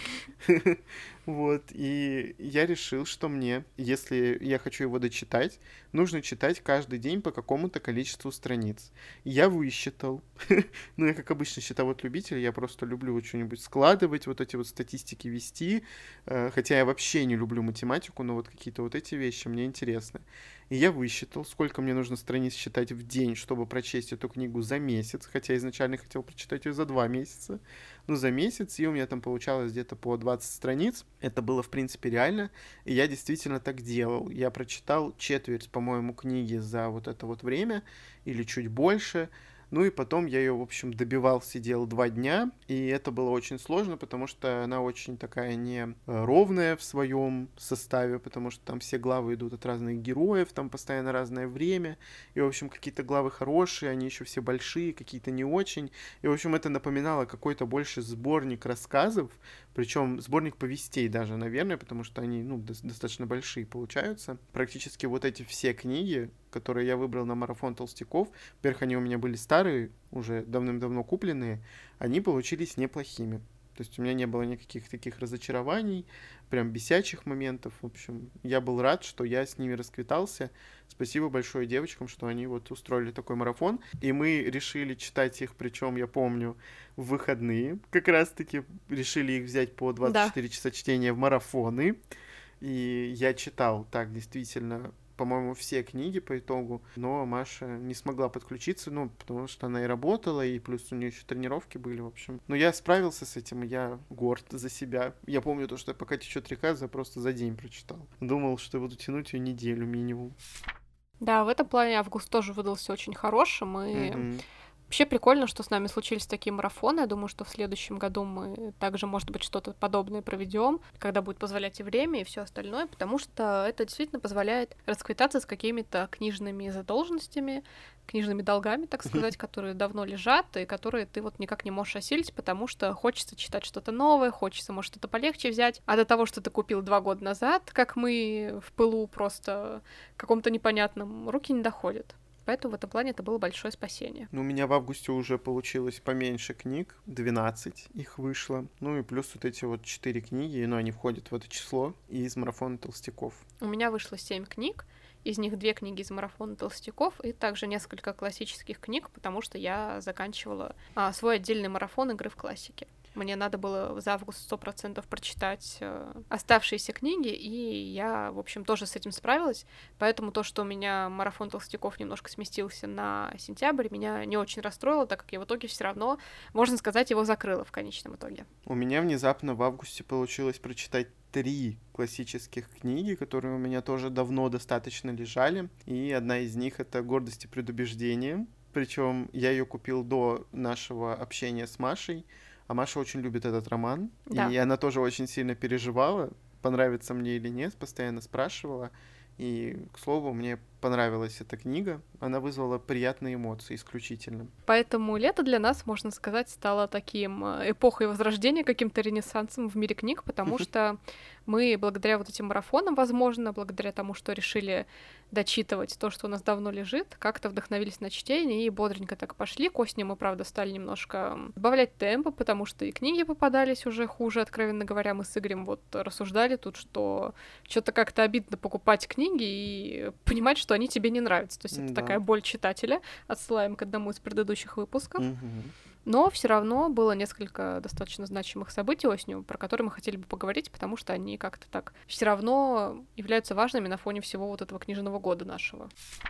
Вот, и я решил, что мне, если я хочу его дочитать, нужно читать каждый день по какому-то количеству страниц. И я высчитал. Ну, я, как обычно, счетовод любитель, я просто люблю вот что-нибудь складывать, вот эти вот статистики вести, хотя я вообще не люблю математику, но вот какие-то вот эти вещи мне интересны. И я высчитал, сколько мне нужно страниц читать в день, чтобы прочесть эту книгу за месяц, хотя изначально хотел прочитать ее за 2 месяца, ну, за месяц, и у меня там получалось где-то по 20 страниц. Это было, в принципе, реально, и я действительно так делал. Я прочитал четверть, по-моему, книги за вот это вот время, или чуть больше. Ну и потом я ее, в общем, добивал, сидел 2 дня, и это было очень сложно, потому что она очень такая не ровная в своем составе, потому что там все главы идут от разных героев, там постоянно разное время, и, в общем, какие-то главы хорошие, они еще все большие, какие-то не очень, и, в общем, это напоминало какой-то больше сборник рассказов, причем сборник повестей даже, наверное, потому что они, ну, достаточно большие получаются. Практически вот эти все книги, которые я выбрал на марафон толстяков, во-первых, они у меня были старые, уже давным-давно купленные, они получились неплохими. То есть у меня не было никаких таких разочарований, прям бесячих моментов. В общем, я был рад, что я с ними расквитался. Спасибо большое девочкам, что они вот устроили такой марафон. И мы решили читать их, причем, я помню, в выходные. Как раз-таки решили их взять по Да. 24 часа чтения в марафоны. И я читал так действительно, по-моему, все книги по итогу, но Маша не смогла подключиться, ну, потому что она и работала, и плюс у нее еще тренировки были, в общем. Но я справился с этим, и я горд за себя. Я помню то, что я «Пока течет река» просто за день прочитал. Думал, что я буду тянуть ее неделю минимум. Да, в этом плане август тоже выдался очень хорошим, и Мгм. вообще прикольно, что с нами случились такие марафоны. Я думаю, что в следующем году мы также, может быть, что-то подобное проведем, когда будет позволять и время, и все остальное, потому что это действительно позволяет расквитаться с какими-то книжными задолженностями, книжными долгами, так сказать, которые давно лежат и которые ты вот никак не можешь осилить, потому что хочется читать что-то новое, хочется, может, что-то полегче взять. А до того, что ты купил 2 года назад, как мы в пылу просто каком-то непонятном, руки не доходят. Поэтому в этом плане это было большое спасение. Ну, у меня в августе уже получилось поменьше книг, 12 их вышло. Ну и плюс вот эти вот 4 книги, ну, они входят в это число, из марафона толстяков. У меня вышло 7 книг, из них 2 книги из марафона толстяков и также несколько классических книг, потому что я заканчивала свой отдельный марафон игры в классике. Мне надо было за август 100% прочитать оставшиеся книги, и я, в общем, тоже с этим справилась. Поэтому то, что у меня марафон толстяков немножко сместился на сентябрь, меня не очень расстроило, так как я в итоге все равно, можно сказать, его закрыла в конечном итоге. У меня внезапно в августе получилось прочитать 3 классических книги, которые у меня тоже давно достаточно лежали. И одна из них — это «Гордость и предубеждение». Причем я ее купил до нашего общения с Машей. А Маша очень любит этот роман. Да. И она тоже очень сильно переживала, понравится мне или нет, постоянно спрашивала. И, к слову, мне понравилась эта книга. Она вызвала приятные эмоции исключительно. Поэтому лето для нас, можно сказать, стало таким эпохой возрождения, каким-то ренессансом в мире книг, потому что мы благодаря вот этим марафонам, возможно, благодаря тому, что решили дочитывать то, что у нас давно лежит, как-то вдохновились на чтение и бодренько так пошли. К осени мы, правда, стали немножко сбавлять темпа, потому что и книги попадались уже хуже, откровенно говоря. Мы с Игорем вот рассуждали тут, что что-то как-то обидно покупать книги и понимать, что они тебе не нравятся. То есть это такая боль читателя. Отсылаем к одному из предыдущих выпусков. Но все равно было несколько достаточно значимых событий осенью, про которые мы хотели бы поговорить, потому что они как-то так все равно являются важными на фоне всего вот этого книжного года нашего.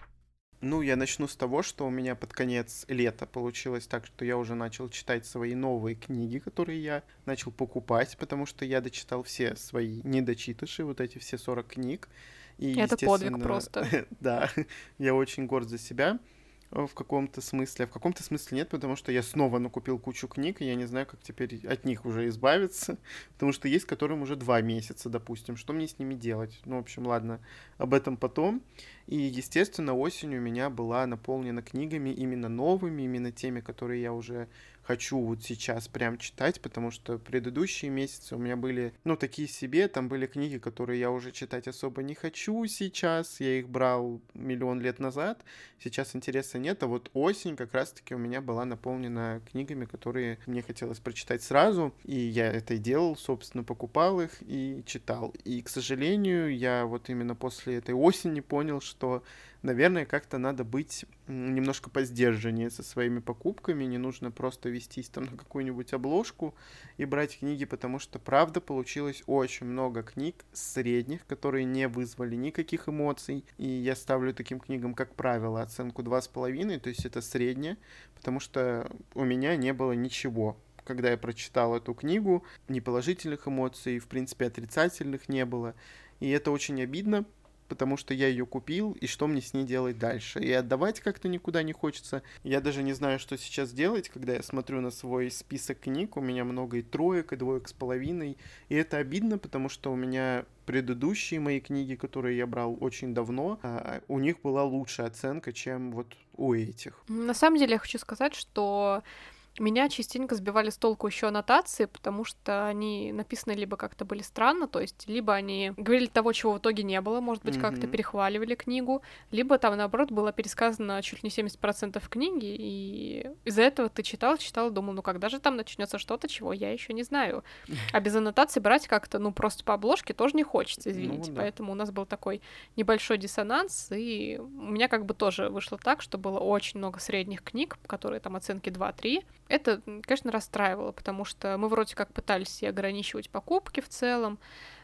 Ну, я начну с того, что у меня под конец лета получилось так, что я уже начал читать свои новые книги, которые я начал покупать, потому что я дочитал все свои недочитыши, вот эти все 40 книг. И, это подвиг просто. Да, я очень горд за себя. В каком-то смысле. А в каком-то смысле нет, потому что я снова накупил кучу книг, и я не знаю, как теперь от них уже избавиться. Потому что есть, которым уже 2 месяца, допустим. Что мне с ними делать? Ну, в общем, ладно, об этом потом. И, естественно, осень у меня была наполнена книгами именно новыми, именно теми, которые я уже хочу вот сейчас прям читать, потому что предыдущие месяцы у меня были, ну, такие себе, там были книги, которые я уже читать особо не хочу сейчас, я их брал миллион лет назад, сейчас интереса нет, а вот осень как раз-таки у меня была наполнена книгами, которые мне хотелось прочитать сразу, и я это и делал, собственно, покупал их и читал. И, к сожалению, я вот именно после этой осени понял, что наверное, как-то надо быть немножко посдержаннее со своими покупками, не нужно просто вестись там на какую-нибудь обложку и брать книги, потому что, правда, получилось очень много книг средних, которые не вызвали никаких эмоций, и я ставлю таким книгам, как правило, оценку 2,5, то есть это среднее, потому что у меня не было ничего. Когда я прочитал эту книгу, ни положительных эмоций, в принципе, отрицательных не было, и это очень обидно, потому что я ее купил, и что мне с ней делать дальше. И отдавать как-то никуда не хочется. Я даже не знаю, что сейчас делать, когда я смотрю на свой список книг. У меня много и 3, и 2,5. И это обидно, потому что у меня предыдущие мои книги, которые я брал очень давно, у них была лучшая оценка, чем вот у этих. На самом деле я хочу сказать, что меня частенько сбивали с толку еще аннотации, потому что они написаны либо как-то были странно, то есть либо они говорили того, чего в итоге не было, может быть, как-то перехваливали книгу, либо там, наоборот, было пересказано чуть ли не 70% книги, и из-за этого ты читал, думал, ну когда же там начнется что-то, чего я еще не знаю. А без аннотации брать как-то, ну, просто по обложке тоже не хочется, извините. Ну, да. Поэтому у нас был такой небольшой диссонанс, и у меня как бы тоже вышло так, что было очень много средних книг, которые там оценки 2-3. Это, конечно, расстраивало, потому что мы вроде как пытались себе ограничивать покупки в целом,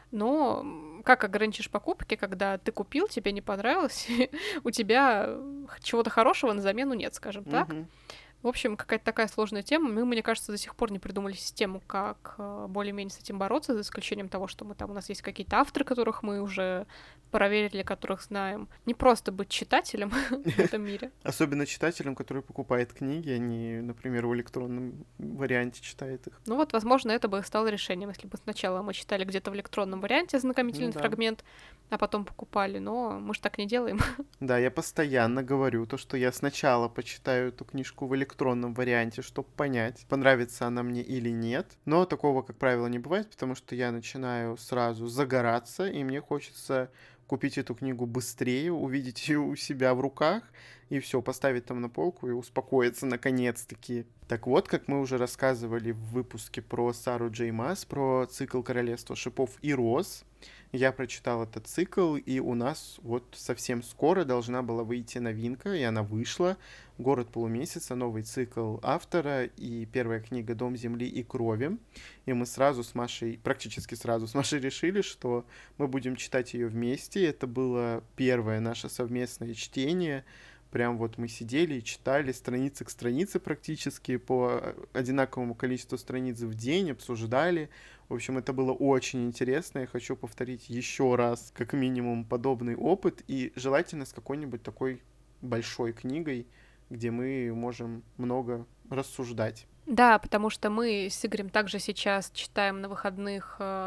но как ограничишь покупки, когда ты купил, тебе не понравилось, у тебя чего-то хорошего на замену нет, скажем так. В общем, какая-то такая сложная тема. Мы, мне кажется, до сих пор не придумали систему, как более-менее с этим бороться, за исключением того, что у нас есть какие-то авторы, которых мы уже проверили, которых знаем. Не просто быть читателем в этом мире. Особенно читателем, который покупает книги, а не, например, в электронном варианте читает их. Ну вот, возможно, это бы стало решением, если бы сначала мы читали где-то в электронном варианте ознакомительный фрагмент, а потом покупали, но мы же так не делаем. Да, я постоянно говорю то, что я сначала почитаю эту книжку в электронном варианте, чтобы понять, понравится она мне или нет. Но такого, как правило, не бывает, потому что я начинаю сразу загораться, и мне хочется купить эту книгу быстрее, увидеть ее у себя в руках, и все, поставить там на полку и успокоиться наконец-таки. Так вот, как мы уже рассказывали в выпуске про Сару Джей Маас, про цикл «Королевство шипов и роз», я прочитал этот цикл, и у нас вот совсем скоро должна была выйти новинка, и она вышла. «Город полумесяца», новый цикл автора, и первая книга «Дом земли и крови». И мы сразу с Машей, практически сразу с Машей решили, что мы будем читать ее вместе. Это было первое наше совместное чтение. Прям вот мы сидели и читали страницы к странице практически по одинаковому количеству страниц в день, обсуждали. В общем, это было очень интересно. Я хочу повторить еще раз, как минимум, подобный опыт. И желательно с какой-нибудь такой большой книгой, где мы можем много рассуждать. Да, потому что мы с Игорем также сейчас читаем на выходных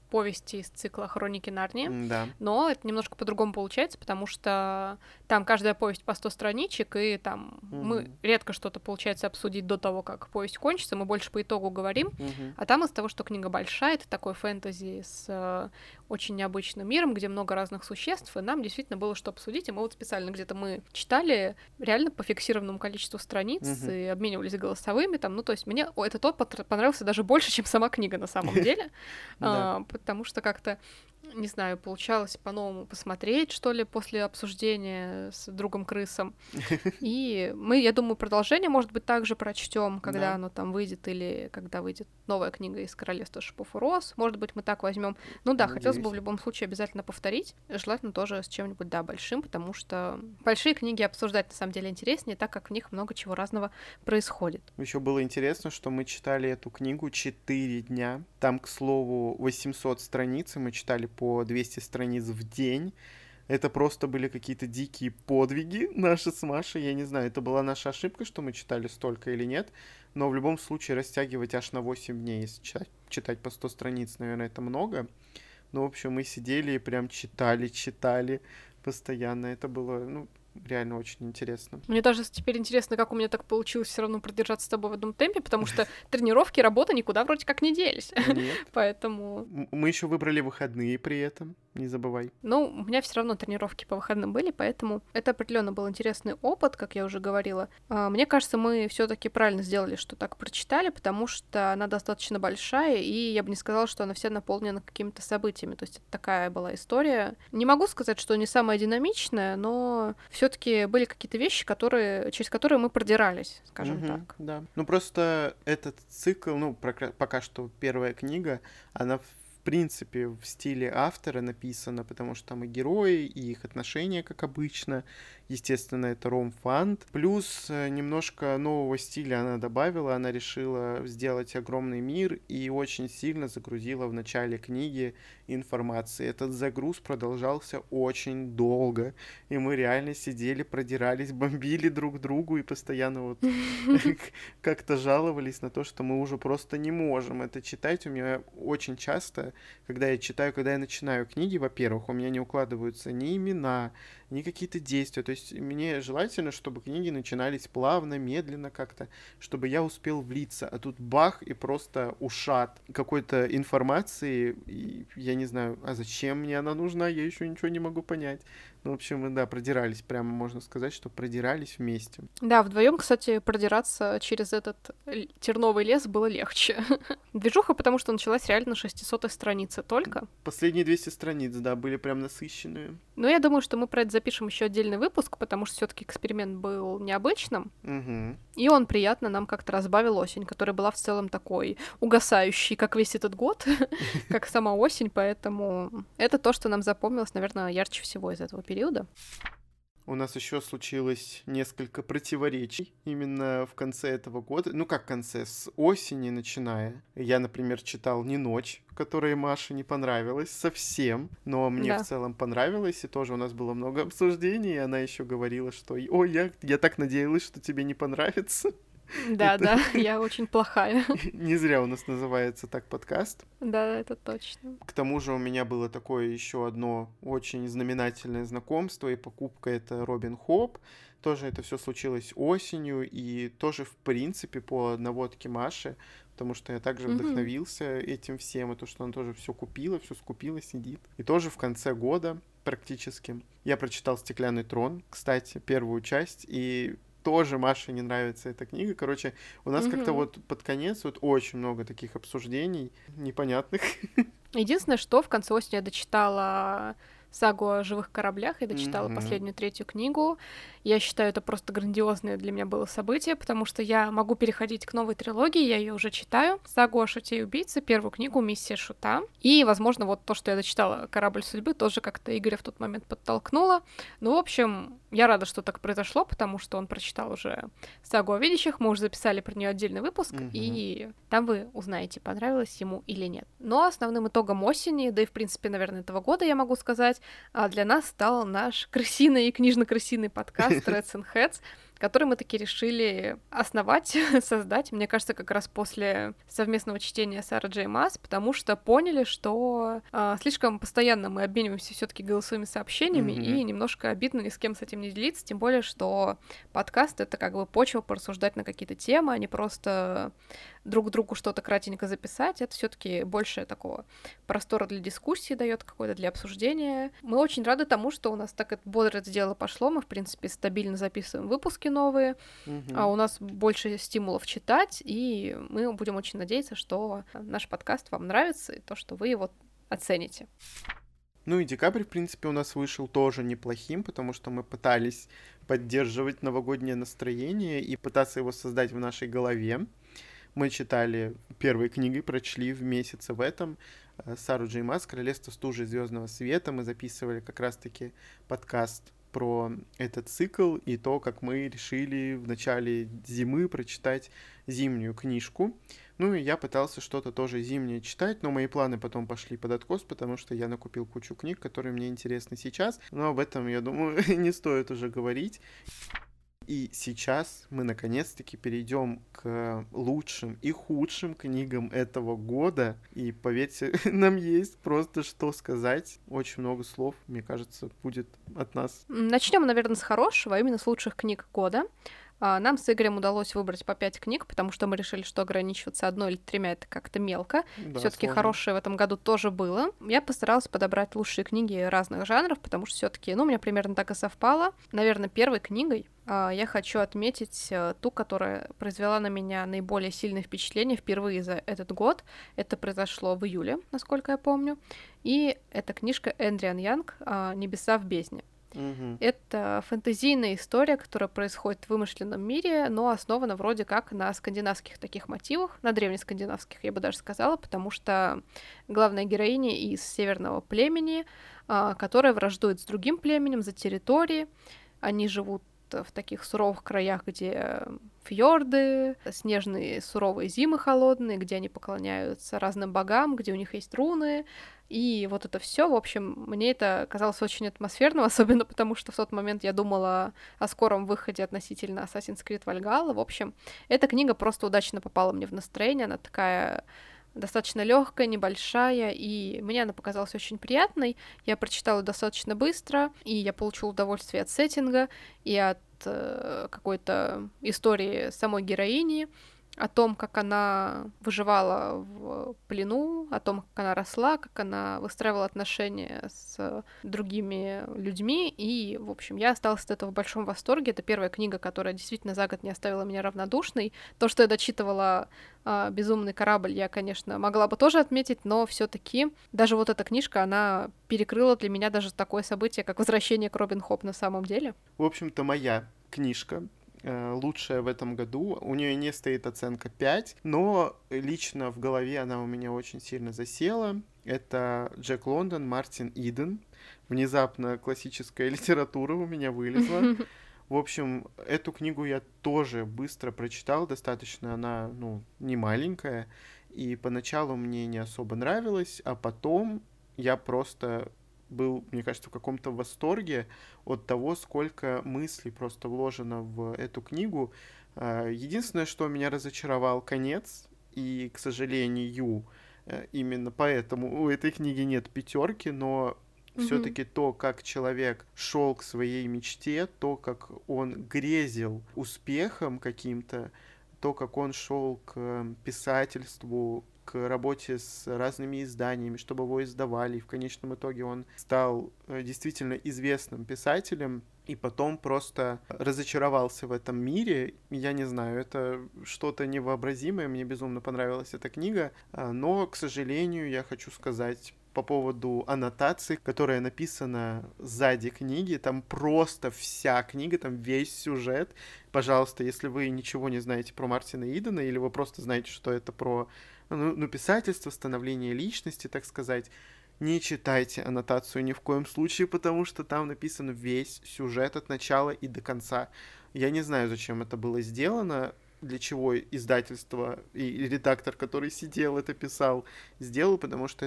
повести из цикла «Хроники Нарнии», Да. но это немножко по-другому получается, потому что там каждая повесть по 100 страничек, и там мы редко что-то получается обсудить до того, как повесть кончится, мы больше по итогу говорим, а там из-за того, что книга большая, это такой фэнтези с очень необычным миром, где много разных существ, и нам действительно было что обсудить, и мы вот специально где-то мы читали реально по фиксированному количеству страниц и обменивались голосовыми там, ну, то есть мне этот опыт понравился даже больше, чем сама книга на самом деле, потому что как-то, не знаю, получалось по-новому посмотреть, что ли, после обсуждения с другом Крысом. И мы, я думаю, продолжение, может быть, также прочтем, когда оно там выйдет, или когда выйдет новая книга из «Королевства шипов и роз». Может быть, мы так возьмем. Ну да, хотелось бы в любом случае обязательно повторить. Желательно тоже с чем-нибудь, да, большим, потому что большие книги обсуждать на самом деле интереснее, так как в них много чего разного происходит. Еще было интересно, что мы читали эту книгу 4 дня. Там, к слову, 800 страниц, и мы читали по 200 страниц в день. Это просто были какие-то дикие подвиги наши с Машей. Я не знаю, это была наша ошибка, что мы читали столько или нет. Но в любом случае растягивать аж на 8 дней, если читать по 100 страниц, наверное, это много. Но, в общем, мы сидели и прям читали постоянно. Это было, реально очень интересно. Мне даже теперь интересно, как у меня так получилось все равно продержаться с тобой в одном темпе, потому что тренировки, работа никуда вроде как не делись. Нет. Поэтому... Мы еще выбрали выходные при этом, не забывай. Ну, у меня все равно тренировки по выходным были, поэтому это определенно был интересный опыт, как я уже говорила. Мне кажется, мы все-таки правильно сделали, что так прочитали, потому что она достаточно большая, и я бы не сказала, что она вся наполнена какими-то событиями. То есть это такая была история. Не могу сказать, что не самая динамичная, но все-таки были какие-то вещи, через которые мы продирались, скажем так. Да. Ну, просто этот цикл, пока что первая книга, она в принципе в стиле автора написана, потому что там и герои, и их отношения, как обычно. Естественно, это ром-фант. Плюс немножко нового стиля она добавила. Она решила сделать огромный мир и очень сильно загрузила в начале книги информации. Этот загруз продолжался очень долго. И мы реально сидели, продирались, бомбили друг другу и постоянно вот как-то жаловались на то, что мы уже просто не можем это читать. У меня очень часто, когда я начинаю книги, во-первых, у меня не укладываются ни имена, ни какие-то действия. То есть мне желательно, чтобы книги начинались плавно, медленно как-то, чтобы я успел влиться. А тут бах, и просто ушат какой-то информации. И я не знаю, а зачем мне она нужна, я еще ничего не могу понять. Ну, в общем, мы, да, продирались. Прямо можно сказать, что продирались вместе. Да, вдвоем, кстати, продираться через этот терновый лес было легче. Движуха, потому что началась реально на 600-й странице только. Последние 200 страниц, да, были прям насыщенные. Ну, я думаю, что мы про это запишем еще отдельный выпуск, потому что все-таки эксперимент был необычным. И он приятно нам как-то разбавил осень, которая была в целом такой угасающей, как весь этот год, как сама осень, поэтому это то, что нам запомнилось, наверное, ярче всего из этого периода. У нас еще случилось несколько противоречий именно в конце этого года. Ну, как в конце, с осени начиная. Я, например, читал «Не ночь», которая Маше не понравилась совсем, но мне в целом понравилось, и тоже у нас было много обсуждений, и она еще говорила, что «Ой, я так надеялась, что тебе не понравится». Да, я очень плохая. Не зря у нас называется так подкаст. Да, это точно. К тому же у меня было такое еще одно очень знаменательное знакомство и покупка — это Робин Хоп. Тоже это все случилось осенью, и тоже, в принципе, по наводке Маши, потому что я также вдохновился этим всем, и то, что она тоже все купила, все скупила, сидит. И тоже в конце года практически я прочитал «Стеклянный трон», кстати, первую часть, и тоже Маше не нравится эта книга. Короче, у нас как-то вот под конец вот очень много таких обсуждений непонятных. Единственное, что в конце осени я дочитала сагу о живых кораблях, я дочитала последнюю, третью книгу. Я считаю, это просто грандиозное для меня было событие, потому что я могу переходить к новой трилогии, я ее уже читаю. Сагу о Шуте и убийце, первую книгу «Миссия Шута». И, возможно, вот то, что я дочитала «Корабль судьбы», тоже как-то Игоря в тот момент подтолкнуло. Ну, в общем, я рада, что так произошло, потому что он прочитал уже сагу о видящих, мы уже записали про нее отдельный выпуск, и там вы узнаете, понравилось ему или нет. Но основным итогом осени, да и, в принципе, наверное, этого года, я могу сказать, для нас стал наш крысиный и книжно-крысиный подкаст Reds and Heads. который мы таки решили основать, создать, мне кажется, как раз после совместного чтения Сары Джей Маас, потому что поняли, что слишком постоянно мы обмениваемся все-таки голосовыми сообщениями, и немножко обидно ни с кем с этим не делиться, тем более, что подкаст — это как бы почва порассуждать на какие-то темы, а не просто друг другу что-то кратенько записать. Это все-таки больше такого простора для дискуссии дает какой-то, для обсуждения. Мы очень рады тому, что у нас так это бодро это дело пошло. Мы, в принципе, стабильно записываем выпуски новые, а у нас больше стимулов читать, и мы будем очень надеяться, что наш подкаст вам нравится, и то, что вы его оцените. Ну и декабрь, в принципе, у нас вышел тоже неплохим, потому что мы пытались поддерживать новогоднее настроение и пытаться его создать в нашей голове. Мы читали первой книгой, прочли в месяце в этом Сару Джей Маас «Королевство стужи и звездного света». Мы записывали как раз-таки подкаст про этот цикл и то, как мы решили в начале зимы прочитать зимнюю книжку. Ну и я пытался что-то тоже зимнее читать, но мои планы потом пошли под откос, потому что я накупил кучу книг, которые мне интересны сейчас. Но об этом, я думаю, не стоит уже говорить. И сейчас мы наконец-таки перейдем к лучшим и худшим книгам этого года. И поверьте, нам есть просто что сказать. Очень много слов, мне кажется, будет от нас. Начнем, наверное, с хорошего, а именно с лучших книг года. Нам с Игорем удалось выбрать по 5 книг, потому что мы решили, что ограничиваться 1 или 3 это как-то мелко. Да, все-таки сложно. хорошее в этом году тоже было. Я постаралась подобрать лучшие книги разных жанров, потому что все-таки, у меня примерно так и совпало. Наверное, первой книгой я хочу отметить ту, которая произвела на меня наиболее сильное впечатление впервые за этот год. Это произошло в июле, насколько я помню. И это книжка Эдриан Янг «Небеса в бездне». Это фэнтезийная история, которая происходит в вымышленном мире, но основана вроде как на скандинавских таких мотивах, на древнескандинавских, я бы даже сказала, потому что главная героиня из северного племени, которая враждует с другим племенем за территории. Они живут в таких суровых краях, где фьорды, снежные суровые зимы холодные, где они поклоняются разным богам, где у них есть руны. И вот это все, в общем, мне это казалось очень атмосферным, особенно потому, что в тот момент я думала о скором выходе относительно Assassin's Creed Valhalla. В общем, эта книга просто удачно попала мне в настроение, она такая достаточно легкая, небольшая, и мне она показалась очень приятной. Я прочитала достаточно быстро, и я получила удовольствие от сеттинга и от какой-то истории самой героини, о том, как она выживала в плену, о том, как она росла, как она выстраивала отношения с другими людьми, и, в общем, я осталась от этого в большом восторге. Это первая книга, которая действительно за год не оставила меня равнодушной. То, что я дочитывала «Безумный корабль», я, конечно, могла бы тоже отметить, но все-таки даже вот эта книжка, она перекрыла для меня даже такое событие, как «Возвращение к Робин Хоп» на самом деле. В общем-то, моя книжка лучшая в этом году. У нее не стоит оценка 5, но лично в голове она у меня очень сильно засела. Это Джек Лондон, Мартин Иден. Внезапно классическая литература у меня вылезла. В общем, эту книгу я тоже быстро прочитал, достаточно она, не маленькая, и поначалу мне не особо нравилась, а потом я просто был, мне кажется, в каком-то восторге от того, сколько мыслей просто вложено в эту книгу. Единственное, что меня разочаровал конец, и, к сожалению, именно поэтому у этой книги нет 5, но все-таки то, как человек шел к своей мечте, то, как он грезил успехом каким-то, то, как он шел к писательству, к работе с разными изданиями, чтобы его издавали. И в конечном итоге он стал действительно известным писателем, и потом просто разочаровался в этом мире. Я не знаю, это что-то невообразимое. Мне безумно понравилась эта книга. Но, к сожалению, я хочу сказать по поводу аннотации, которая написана сзади книги. Там просто вся книга, там весь сюжет. Пожалуйста, если вы ничего не знаете про Мартина Идена, или вы просто знаете, что это про писательство, становление личности, так сказать, не читайте аннотацию ни в коем случае, потому что там написан весь сюжет от начала и до конца. Я не знаю, зачем это было сделано, для чего издательство и редактор, который сидел, это писал, сделал, потому что это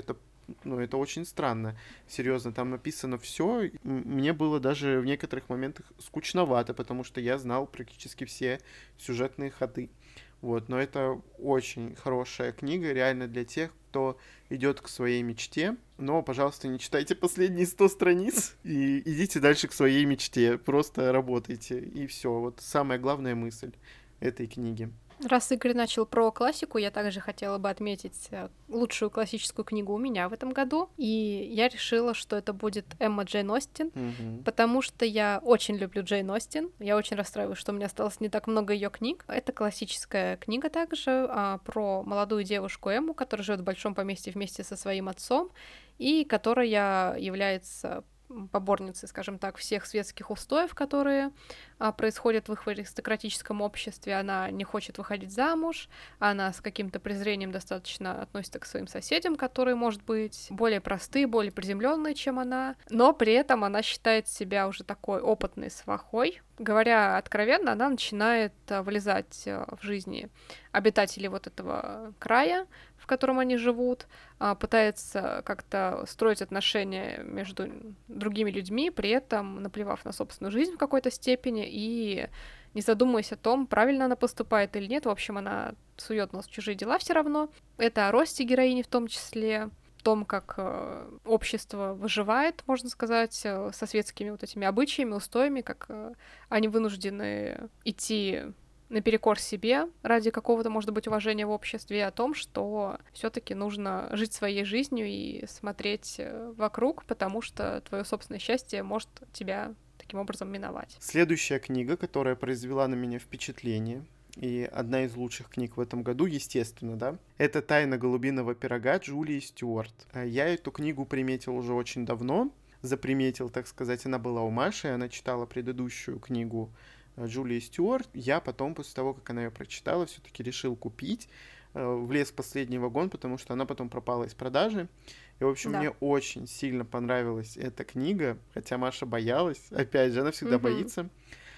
ну, это очень странно. Серьезно, там написано все. Мне было даже в некоторых моментах скучновато, потому что я знал практически все сюжетные ходы. Вот, но это очень хорошая книга, реально для тех, кто идет к своей мечте. Но, пожалуйста, не читайте последние 100 страниц и идите дальше к своей мечте. Просто работайте, и все. Вот самая главная мысль этой книги. Раз Игорь начал про классику, я также хотела бы отметить лучшую классическую книгу у меня в этом году. И я решила, что это будет Эмма Джейн Остин, потому что я очень люблю Джейн Остин. Я очень расстраиваюсь, что у меня осталось не так много ее книг. Это классическая книга также про молодую девушку Эмму, которая живет в большом поместье вместе со своим отцом, и которая является поборницей, скажем так, всех светских устоев, которые происходят в их аристократическом обществе. Она не хочет выходить замуж, она с каким-то презрением достаточно относится к своим соседям, которые, может быть, более простые, более приземленные, чем она, но при этом она считает себя уже такой опытной свахой. Говоря откровенно, она начинает влезать в жизни обитателей вот этого края, в котором они живут, пытается как-то строить отношения между другими людьми, при этом наплевав на собственную жизнь в какой-то степени и не задумываясь о том, правильно она поступает или нет. В общем, она сует нос в чужие дела все равно. Это о росте героини в том числе, в том, как общество выживает, можно сказать, со светскими вот этими обычаями, устоями, как они вынуждены идти наперекор себе ради какого-то, может быть, уважения в обществе, и о том, что все-таки нужно жить своей жизнью и смотреть вокруг, потому что твое собственное счастье может тебя таким образом миновать. Следующая книга, которая произвела на меня впечатление, и одна из лучших книг в этом году, естественно, да, это «Тайна голубиного пирога» Джулии Стюарт. Я эту книгу приметил уже очень давно, заприметил, так сказать, она была у Маши, она читала предыдущую книгу Джулии Стюарт. Я потом, после того, как она ее прочитала, все-таки решил купить, влез в последний вагон, потому что она потом пропала из продажи. И, в общем, мне очень сильно понравилась эта книга, хотя Маша боялась. Опять же, она всегда боится.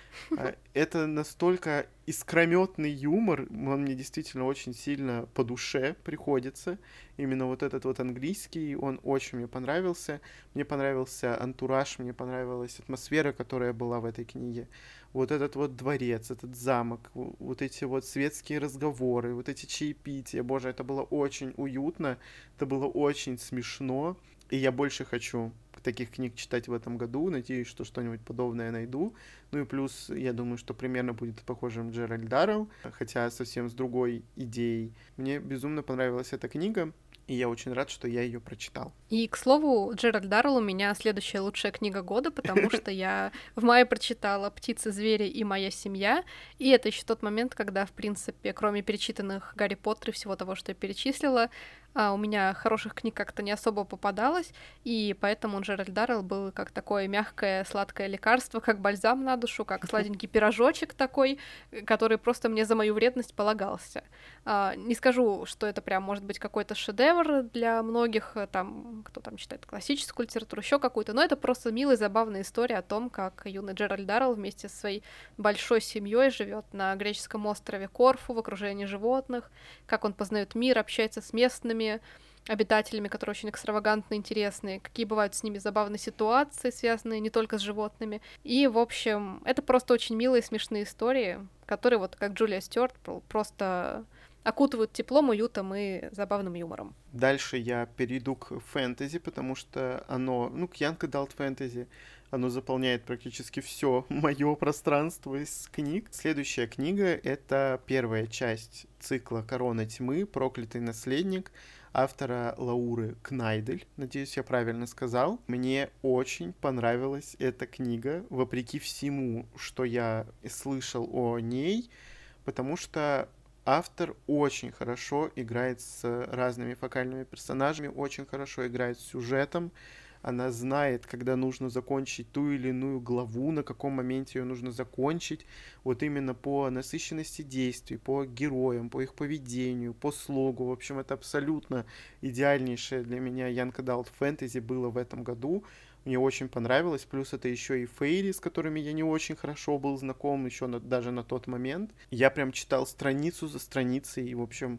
Это настолько искрометный юмор, он мне действительно очень сильно по душе приходится. Именно вот этот вот английский, он очень мне понравился. Мне понравился антураж, мне понравилась атмосфера, которая была в этой книге. Вот этот вот дворец, этот замок, вот эти вот светские разговоры, вот эти чаепития. Боже, это было очень уютно, это было очень смешно. И я больше хочу таких книг читать в этом году. Надеюсь, что что-нибудь подобное найду. Ну и плюс, я думаю, что примерно будет похожим Джеральд Даррелл, хотя совсем с другой идеей. Мне безумно понравилась эта книга, и я очень рад, что я ее прочитал. И, к слову, Джеральд Даррелл у меня следующая лучшая книга года, потому что я в мае прочитала «Птицы, звери и моя семья», и это еще тот момент, когда, в принципе, кроме перечитанных Гарри Поттер и всего того, что я перечислила, у меня хороших книг как-то не особо попадалось, и поэтому Джеральд Даррелл был как такое мягкое, сладкое лекарство, как бальзам на душу, как сладенький пирожочек такой, который просто мне за мою вредность полагался. Не скажу, что это прям может быть какой-то шедевр для многих, там, кто там читает классическую литературу, еще какую-то, но это просто милая, забавная история о том, как юный Джеральд Даррелл вместе со своей большой семьей живет на греческом острове Корфу в окружении животных, как он познает мир, общается с местными обитателями, которые очень экстравагантно интересные, какие бывают с ними забавные ситуации, связанные не только с животными. И, в общем, это просто очень милые, смешные истории, которые, вот как Джулия Стюарт, просто окутывают теплом, уютом и забавным юмором. Дальше я перейду к фэнтези, потому что оно, к Young Adult Fantasy, оно заполняет практически все мое пространство из книг. Следующая книга — это первая часть цикла «Корона тьмы. Проклятый наследник» автора Лауры Кнайдель. Надеюсь, я правильно сказал. Мне очень понравилась эта книга, вопреки всему, что я слышал о ней, потому что автор очень хорошо играет с разными фокальными персонажами, очень хорошо играет с сюжетом. Она знает, когда нужно закончить ту или иную главу, на каком моменте ее нужно закончить. Вот именно по насыщенности действий, по героям, по их поведению, по слогу. В общем, это абсолютно идеальнейшее для меня Young Adult Fantasy было в этом году. Мне очень понравилось. Плюс это еще и фейри, с которыми я не очень хорошо был знаком, еще даже на тот момент. Я прям читал страницу за страницей. И, в общем,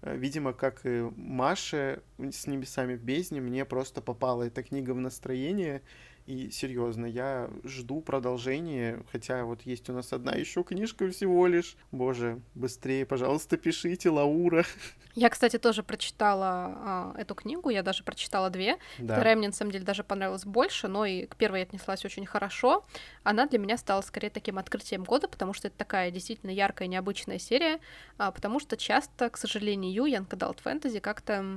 Видимо, как и Маше с «Небесами в бездне», мне просто попала эта книга в настроение. И серьезно, я жду продолжения, хотя вот есть у нас одна еще книжка всего лишь. Боже, быстрее, пожалуйста, пишите, Лаура. Я, кстати, тоже прочитала эту книгу, я даже прочитала 2. Да. Вторая мне, на самом деле, даже понравилась больше, но и к первой я отнеслась очень хорошо. Она для меня стала скорее таким открытием года, потому что это такая действительно яркая, необычная серия, потому что часто, к сожалению, Young Adult Fantasy как-то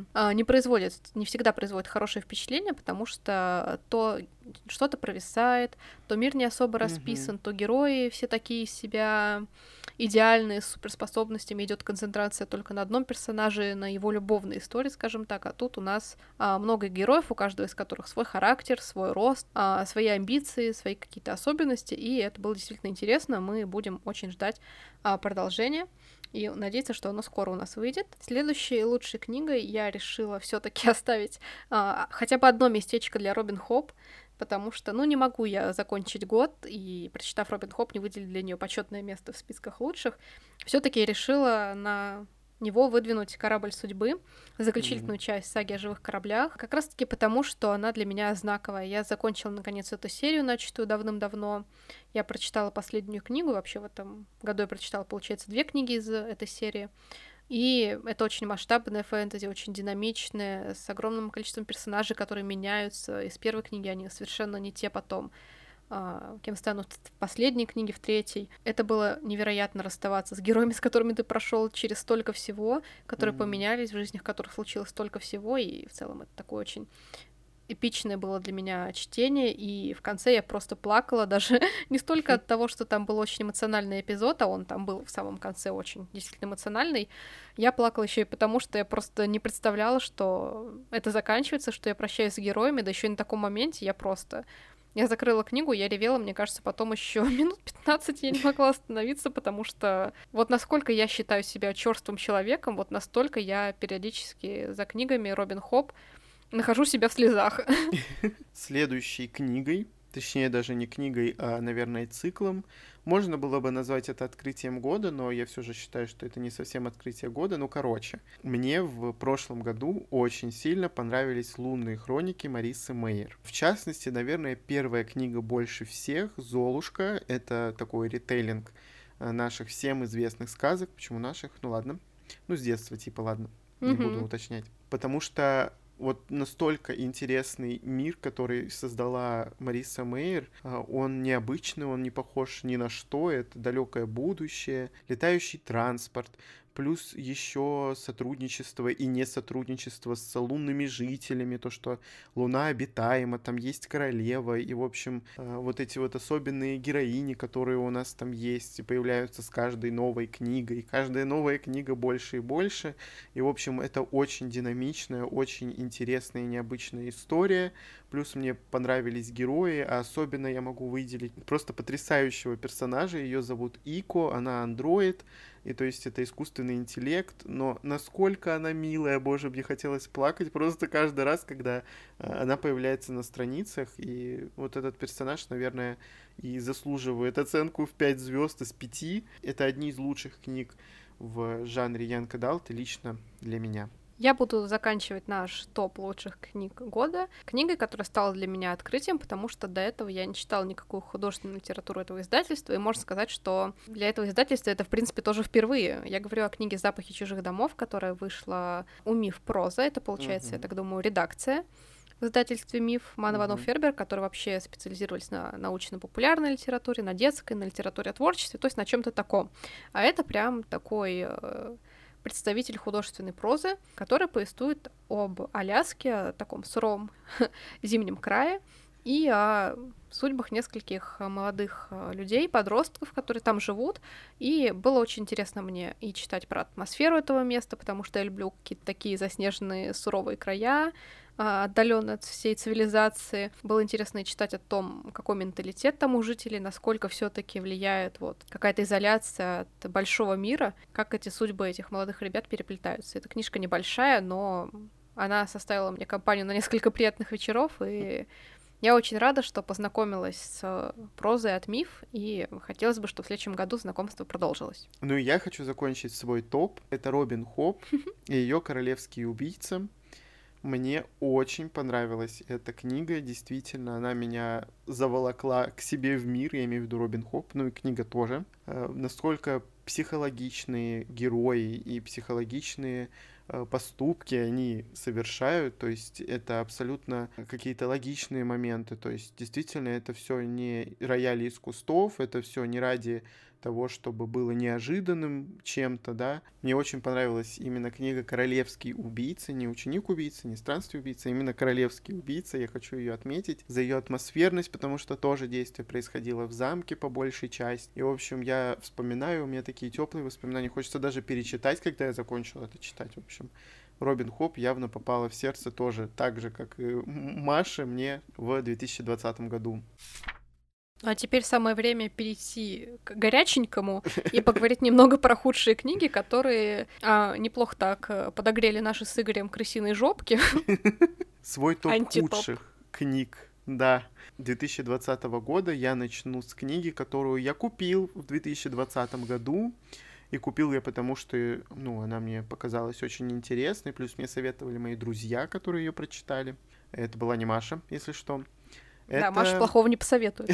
не всегда производит хорошее впечатление, потому что то что-то провисает, то мир не особо расписан, то герои все такие из себя идеальные, с суперспособностями, идет концентрация только на одном персонаже, на его любовной истории, скажем так, а тут у нас много героев, у каждого из которых свой характер, свой рост, свои амбиции, свои какие-то особенности, и это было действительно интересно, мы будем очень ждать продолжения и надеяться, что оно скоро у нас выйдет. Следующей лучшей книгой я решила все-таки оставить хотя бы одно местечко для Робин Хоп, потому что, не могу я закончить год и, прочитав Робин Хоп, не выделить для нее почетное место в списках лучших. Все-таки я решила на него выдвинуть «Корабль судьбы», заключительную часть саги о живых кораблях, как раз-таки потому, что она для меня знаковая. Я закончила, наконец, эту серию, начатую давным-давно. Я прочитала последнюю книгу, вообще в этом году я прочитала, получается, 2 книги из этой серии. И это очень масштабное фэнтези, очень динамичное, с огромным количеством персонажей, которые меняются. Из первой книги они совершенно не те потом, кем станут в последней книге, в третьей. Это было невероятно расставаться с героями, с которыми ты прошел через столько всего, которые поменялись, в жизнях которых случилось столько всего, и в целом это такое очень эпичное было для меня чтение, и в конце я просто плакала, даже не столько от того, что там был очень эмоциональный эпизод, а он там был в самом конце очень действительно эмоциональный, я плакала еще и потому, что я просто не представляла, что это заканчивается, что я прощаюсь с героями, да еще и на таком моменте я закрыла книгу, я ревела, мне кажется, потом еще минут 15 я не могла остановиться, потому что вот насколько я считаю себя черствым человеком, вот настолько я периодически за книгами Робин Хоп нахожу себя в слезах. Следующей книгой, точнее даже не книгой, а, наверное, циклом, можно было бы назвать это открытием года, но я все же считаю, что это не совсем открытие года. Короче, мне в прошлом году очень сильно понравились «Лунные хроники» Марисы Мейер. В частности, наверное, первая книга больше всех, «Золушка». Это такой ритейлинг наших всем известных сказок. Почему наших? Ладно. С детства, ладно. Не буду уточнять. Потому что вот настолько интересный мир, который создала Мариса Мейер, он необычный, он не похож ни на что, это далекое будущее, летающий транспорт, плюс еще сотрудничество и несотрудничество с лунными жителями, то, что Луна обитаема, там есть королева, и, в общем, вот эти вот особенные героини, которые у нас там есть, и появляются с каждой новой книгой, и каждая новая книга больше и больше, и, в общем, это очень динамичная, очень интересная и необычная история, плюс мне понравились герои, а особенно я могу выделить просто потрясающего персонажа, ее зовут Ико, она андроид, и то есть это искусственный интеллект, но насколько она милая, боже, мне хотелось плакать просто каждый раз, когда она появляется на страницах, и вот этот персонаж, наверное, и заслуживает оценку в 5 звезд из 5. Это одни из лучших книг в жанре Young Adult, лично для меня. Я буду заканчивать наш топ лучших книг года книгой, которая стала для меня открытием, потому что до этого я не читала никакую художественную литературу этого издательства, и можно сказать, что для этого издательства это, в принципе, тоже впервые. Я говорю о книге «Запахи чужих домов», которая вышла у МИФ Проза, это, получается, я так думаю, редакция в издательстве МИФ Ман Иванов Фербер, которые вообще специализировались на научно-популярной литературе, на детской, на литературе о творчестве, то есть на чем-то таком. А это прям такой представитель художественной прозы, который повествует об Аляске, таком суровом зимнем крае, и о судьбах нескольких молодых людей, подростков, которые там живут. И было очень интересно мне и читать про атмосферу этого места, потому что я люблю какие-то такие заснеженные суровые края, отдаленные от всей цивилизации. Было интересно и читать о том, какой менталитет там у жителей, насколько все-таки влияет вот какая-то изоляция от большого мира, как эти судьбы этих молодых ребят переплетаются. Эта книжка небольшая, но она составила мне компанию на несколько приятных вечеров, и Я очень рада, что познакомилась с прозой от Миф, и хотелось бы, чтобы в следующем году знакомство продолжилось. Ну и я хочу закончить свой топ. Это Робин Хоп и ее «Королевский убийца». Мне очень понравилась эта книга, действительно, она меня заволокла к себе в мир, я имею в виду Робин Хоп, ну и книга тоже. Насколько психологичные герои и психологичные поступки они совершают, то есть это абсолютно какие-то логичные моменты, то есть действительно это все не рояли из кустов, это все не ради того, чтобы было неожиданным чем-то, да. Мне очень понравилась именно книга «Королевский убийца», не «Ученик убийцы», не «Странствие убийцы», а именно «Королевский убийца». Я хочу ее отметить за ее атмосферность, потому что тоже действие происходило в замке по большей части. И, в общем, я вспоминаю, у меня такие теплые воспоминания. Хочется даже перечитать, когда я закончил это читать. В общем, Робин Хоп явно попала в сердце тоже, так же, как и Маше мне в 2020 году. А теперь самое время перейти к горяченькому и поговорить немного про худшие книги, которые неплохо так подогрели наши с Игорем крысиные жопки. Свой топ Антитоп. худших книг, да, 2020 года. Я начну с книги, которую я купил в 2020 году. И купил я потому, что, ну, она мне показалась очень интересной. Плюс мне советовали мои друзья, которые ее прочитали. Это была не Маша, если что. Да, Маша плохого не посоветует.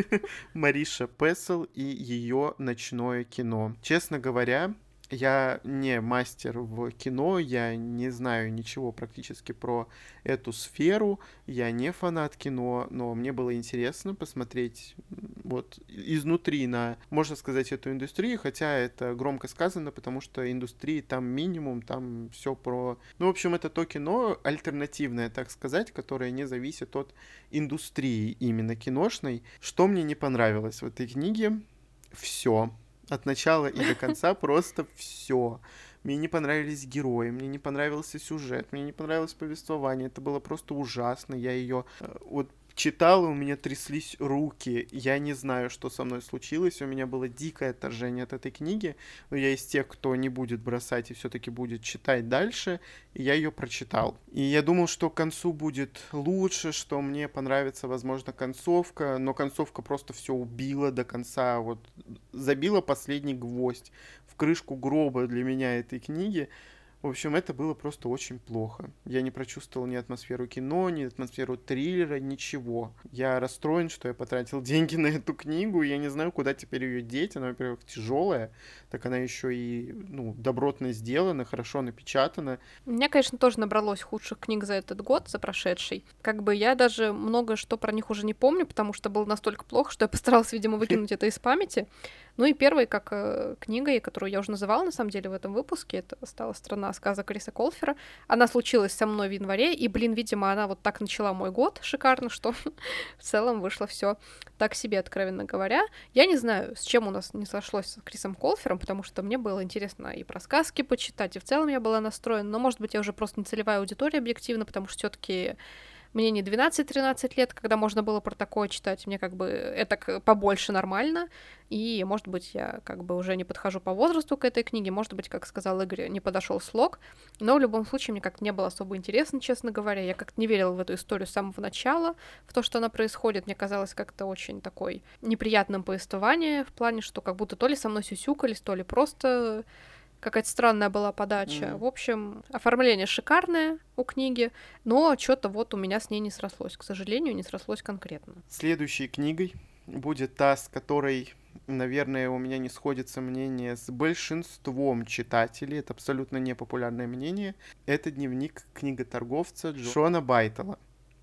Мариша Пессел и ее «Ночное кино». Честно говоря, я не мастер в кино, я не знаю ничего практически про эту сферу, я не фанат кино, но мне было интересно посмотреть вот изнутри на, можно сказать, эту индустрию, хотя это громко сказано, потому что индустрии там минимум, там все про... Ну, в общем, это то кино альтернативное, так сказать, которое не зависит от индустрии именно киношной. Что мне не понравилось в этой книге? Все. От начала и до конца просто все. Мне не понравились герои, мне не понравился сюжет, мне не понравилось повествование. Это было просто ужасно. Я ее вот читал, и у меня тряслись руки. Я не знаю, что со мной случилось. У меня было дикое отторжение от этой книги. Но я из тех, кто не будет бросать и все-таки будет читать дальше. И я ее прочитал. И я думал, что к концу будет лучше, что мне понравится, возможно, концовка. Но концовка просто все убила до конца. Вот забила последний гвоздь в крышку гроба для меня этой книги. В общем, это было просто очень плохо. Я не прочувствовал ни атмосферу кино, ни атмосферу триллера, ничего. Я расстроен, что я потратил деньги на эту книгу, и я не знаю, куда теперь ее деть. Она, во-первых, тяжелая, так она еще и, ну, добротно сделана, хорошо напечатана. У меня, конечно, тоже набралось худших книг за этот год, за прошедший. Как бы я даже много что про них уже не помню, потому что было настолько плохо, что я постаралась, видимо, выкинуть это из памяти. Ну и первой, как книгой, которую я уже называла, на самом деле, в этом выпуске, это стала «Страна сказок» Криса Колфера. Она случилась со мной в январе, и, блин, видимо, она вот так начала мой год шикарно, что в целом вышло все так себе, откровенно говоря. Я не знаю, с чем у нас не сошлось с Крисом Колфером, потому что мне было интересно и про сказки почитать, и в целом я была настроена, но, может быть, я уже просто не целевая аудитория объективно, потому что все-таки мне не 12-13 лет, когда можно было про такое читать, мне как бы это побольше нормально, и, может быть, я как бы уже не подхожу по возрасту к этой книге, может быть, как сказал Игорь, не подошел слог, но в любом случае мне как-то не было особо интересно, честно говоря, я как-то не верила в эту историю с самого начала, в то, что она происходит, мне казалось как-то очень такой неприятным повествование, в плане, что как будто то ли со мной сюсюкались, то ли просто... Какая-то странная была подача. В общем, оформление шикарное у книги, но что-то вот у меня с ней не срослось. К сожалению, не срослось конкретно. Следующей книгой будет та, с которой, наверное, у меня не сходится мнение с большинством читателей. Это абсолютно непопулярное мнение. Это дневник книготорговца Джона Байтала.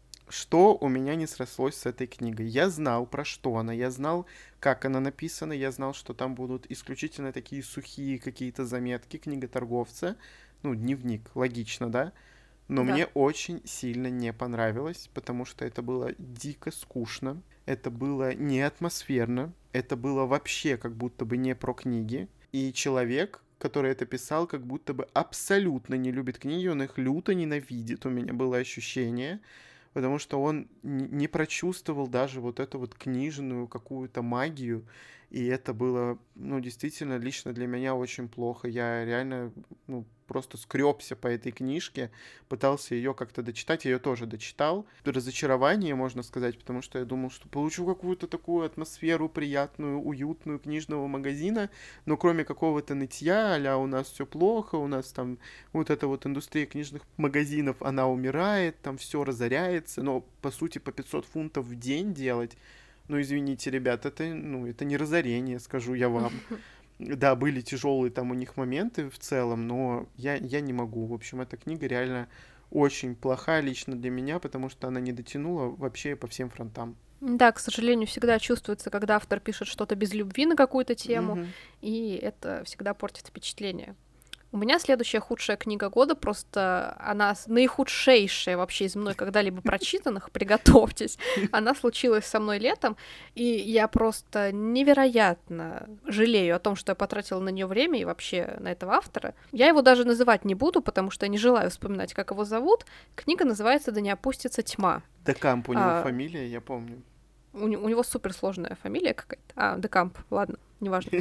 Что у меня не срослось с этой книгой? Я знал, про что она, я знал, как она написана, я знал, что там будут исключительно такие сухие какие-то заметки книготорговца, ну, дневник, логично, да? Но Да. мне очень сильно не понравилось, потому что это было дико скучно, это было не атмосферно, это было вообще как будто бы не про книги, и человек, который это писал, как будто бы абсолютно не любит книги, он их люто ненавидит, у меня было ощущение, потому что он не прочувствовал даже вот эту вот книжную какую-то магию, и это было, ну, действительно, лично для меня очень плохо. Я реально, ну, просто скребся по этой книжке, пытался ее как-то дочитать, я ее тоже дочитал. Разочарование, можно сказать, потому что я думал, что получу какую-то такую атмосферу приятную, уютную книжного магазина, но кроме какого-то нытья, а-ля у нас все плохо, у нас там вот эта вот индустрия книжных магазинов, она умирает, там все разоряется, но по сути по 500 фунтов в день делать, ну извините, ребят, это не разорение, скажу я вам. Да, были тяжелые там у них моменты в целом, но я не могу. В общем, эта книга реально очень плоха лично для меня, потому что она не дотянула вообще по всем фронтам. Да, к сожалению, всегда чувствуется, когда автор пишет что-то без любви на какую-то тему, Мгм. и это всегда портит впечатление. У меня следующая худшая книга года, просто она наихудшейшая вообще из мной когда-либо прочитанных, приготовьтесь. Она случилась со мной летом, и я просто невероятно жалею о том, что я потратила на нее время и вообще на этого автора. Я его даже называть не буду, потому что я не желаю вспоминать, как его зовут. Книга называется «Да не опустится тьма». Декамп у него А, фамилия, я помню. у него суперсложная фамилия какая-то. Декамп, ладно, неважно.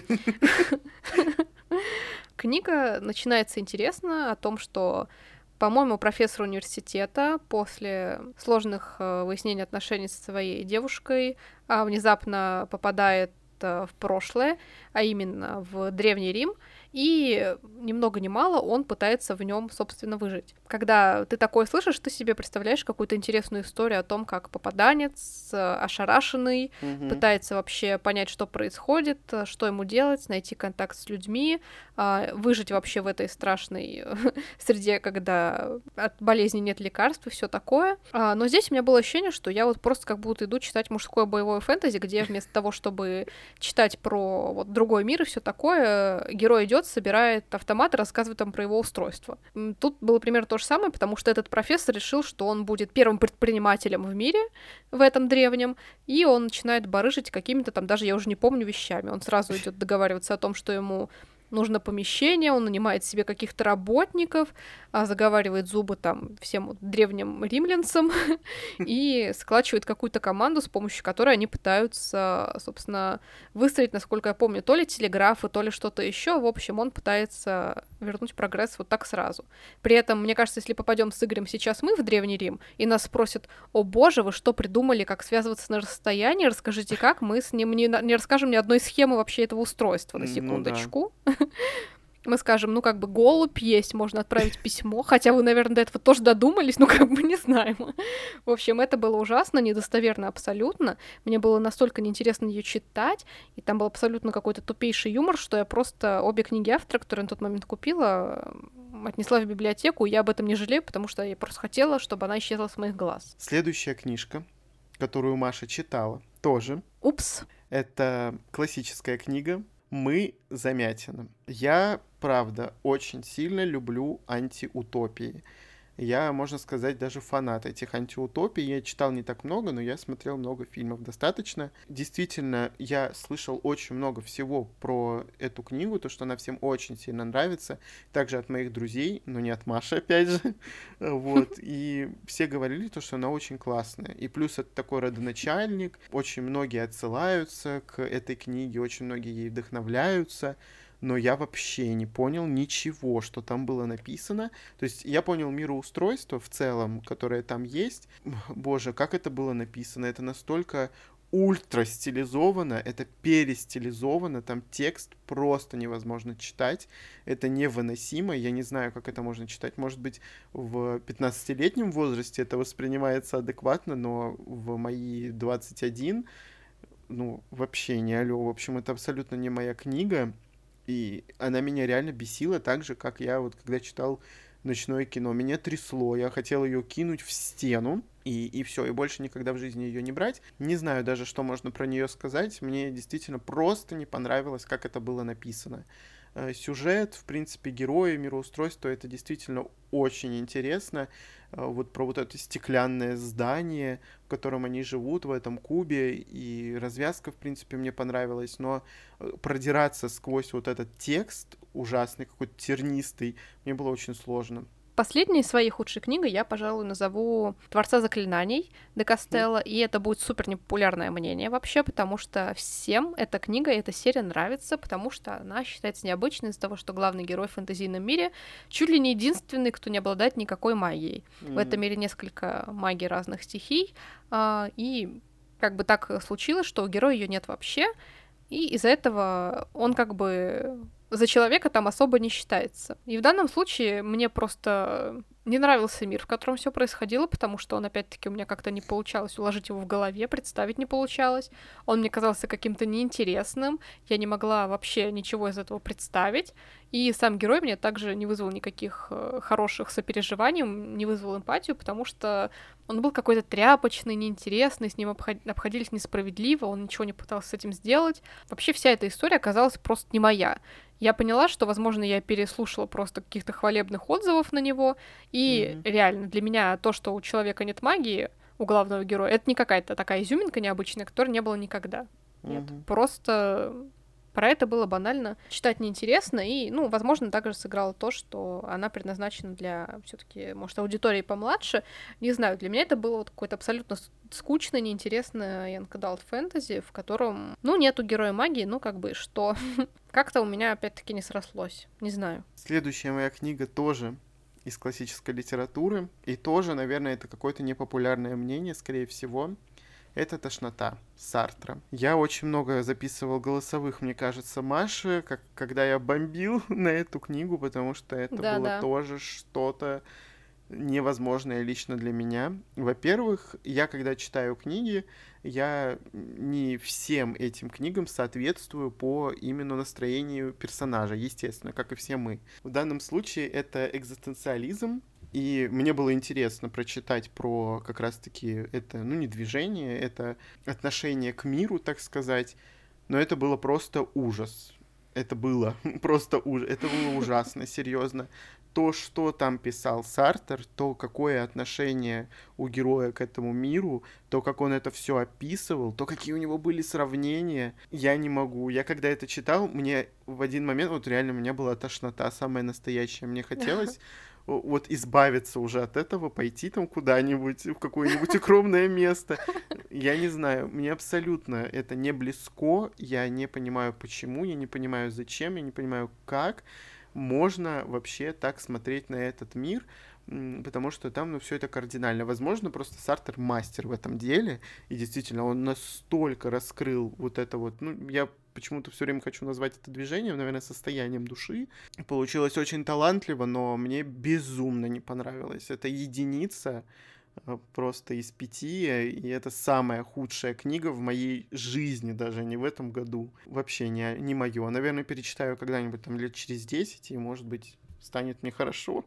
Книга начинается интересно о том, что, по-моему, профессор университета после сложных выяснений отношений со своей девушкой внезапно попадает в прошлое, а именно в Древний Рим, и ни много ни мало он пытается в нем, собственно, выжить. Когда ты такое слышишь, ты себе представляешь какую-то интересную историю о том, как попаданец, ошарашенный, Мгм. пытается вообще понять, что происходит, что ему делать, найти контакт с людьми, выжить вообще в этой страшной среде, когда от болезни нет лекарств и все такое. Но здесь у меня было ощущение, что я вот просто как будто иду читать мужское боевое фэнтези, где вместо того, чтобы читать про вот другой мир и все такое, герой идет, собирает автомат и рассказывает там про его устройство. Тут было примерно то же самое, потому что этот профессор решил, что он будет первым предпринимателем в мире, в этом древнем, и он начинает барыжить какими-то там, даже я уже не помню, вещами. Он сразу идет договариваться о том, что ему нужно помещение, он нанимает себе каких-то работников, заговаривает зубы там всем вот древним римлянцам и сколачивает какую-то команду, с помощью которой они пытаются, собственно, выстроить, насколько я помню, то ли телеграфы, то ли что-то еще. В общем, он пытается вернуть прогресс вот так сразу. При этом, мне кажется, если попадем с Игорем сейчас мы в Древний Рим, и нас спросят: «О боже, вы что придумали, как связываться на расстоянии? Расскажите, как?» Мы с ним не расскажем ни одной схемы вообще этого устройства, на Ну да. секундочку. Мы скажем, ну, как бы, голубь есть, можно отправить письмо, хотя вы, наверное, до этого тоже додумались, ну, как бы, не знаем. В общем, это было ужасно, недостоверно абсолютно. Мне было настолько неинтересно ее читать, и там был абсолютно какой-то тупейший юмор, что я просто обе книги автора, которые на тот момент купила, отнесла в библиотеку, и я об этом не жалею, потому что я просто хотела, чтобы она исчезла с моих глаз. Следующая книжка, которую Маша читала, тоже. Упс. Это классическая книга «Мы Замятина». Я, правда, очень сильно люблю антиутопии. Я, можно сказать, даже фанат этих антиутопий. Я читал не так много, но я смотрел много фильмов достаточно. Действительно, я слышал очень много всего про эту книгу, то, что она всем очень сильно нравится. Также от моих друзей, но не от Маши, опять же. Вот. И все говорили, то, что она очень классная. И плюс это такой родоначальник. Очень многие отсылаются к этой книге, очень многие ей вдохновляются. Но я вообще не понял ничего, что там было написано. То есть я понял мироустройство в целом, которое там есть. Боже, как это было написано? Это настолько ультра стилизовано, это перестилизовано, там текст просто невозможно читать, это невыносимо, я не знаю, как это можно читать, может быть, в 15-летнем возрасте это воспринимается адекватно, но в мои 21, ну, вообще не алло, в общем, это абсолютно не моя книга, и она меня реально бесила так же, как я вот когда читал «Ночное кино». Меня трясло, я хотел ее кинуть в стену, и все, и больше никогда в жизни ее не брать. Не знаю даже, что можно про нее сказать. Мне действительно просто не понравилось, как это было написано. Сюжет, в принципе, герои, мироустройство, это действительно очень интересно. Вот про вот это стеклянное здание, в котором они живут, в этом кубе, и развязка, в принципе, мне понравилась, но продираться сквозь вот этот текст ужасный, какой-то тернистый, мне было очень сложно. Последней своей худшей книгой я, пожалуй, назову «Творца заклинаний» де Кастелло, и это будет супер непопулярное мнение вообще, потому что всем эта книга и эта серия нравится, потому что она считается необычной из-за того, что главный герой в фэнтезийном мире чуть ли не единственный, кто не обладает никакой магией. В этом мире несколько магий разных стихий, и как бы так случилось, что у героя ее нет вообще, и из-за этого он как бы за человека там особо не считается. И в данном случае мне просто не нравился мир, в котором все происходило, потому что он, опять-таки, у меня как-то не получалось уложить его в голове, представить не получалось. Он мне казался каким-то неинтересным, я не могла вообще ничего из этого представить. И сам герой мне также не вызвал никаких хороших сопереживаний, не вызвал эмпатию, потому что он был какой-то тряпочный, неинтересный, с ним обходились несправедливо, он ничего не пытался с этим сделать. Вообще вся эта история оказалась просто не моя. Я поняла, что, возможно, я переслушала просто каких-то хвалебных отзывов на него, и реально для меня то, что у человека нет магии, у главного героя, это не какая-то такая изюминка необычная, которой не было никогда. Нет, просто про это было банально читать неинтересно, и, ну, возможно, также сыграло то, что она предназначена для все-таки, может, аудитории помладше. Не знаю, для меня это было вот какое-то абсолютно скучное, неинтересное young adult фэнтези, в котором, ну, нету героя магии, ну, как бы, что? Как-то у меня, опять-таки, не срослось. Не знаю. Следующая моя книга тоже из классической литературы, и тоже, наверное, это какое-то непопулярное мнение, скорее всего. Это «Тошнота» Сартра. Я очень много записывал голосовых, мне кажется, Маши, когда я бомбил на эту книгу, потому что это было тоже что-то невозможное лично для меня. Во-первых, я когда читаю книги, я не всем этим книгам соответствую по именно настроению персонажа, естественно, как и все мы. В данном случае это экзистенциализм, и мне было интересно прочитать про как раз-таки это, ну, не движение, это отношение к миру, так сказать, но это было просто ужас. Это было просто ужас. Это было ужасно, серьезно. То, что там писал Сартр, то, какое отношение у героя к этому миру, то, как он это все описывал, то, какие у него были сравнения, я не могу. Я когда это читал, мне в один момент, вот реально у меня была тошнота самая настоящая. Мне хотелось вот избавиться уже от этого, пойти там куда-нибудь, в какое-нибудь укромное место. Я не знаю, мне абсолютно это не близко, я не понимаю почему, я не понимаю зачем, я не понимаю как можно вообще так смотреть на этот мир, потому что там, ну, все это кардинально. Возможно, просто Сартер мастер в этом деле, и действительно, он настолько раскрыл вот это вот, ну, я почему-то все время хочу назвать это движением, наверное, состоянием души. Получилось очень талантливо, но мне безумно не понравилось. Это единица просто из 5, и это самая худшая книга в моей жизни, даже не в этом году. Вообще не мое. Наверное, перечитаю когда-нибудь там лет через 10, и, может быть, станет мне хорошо.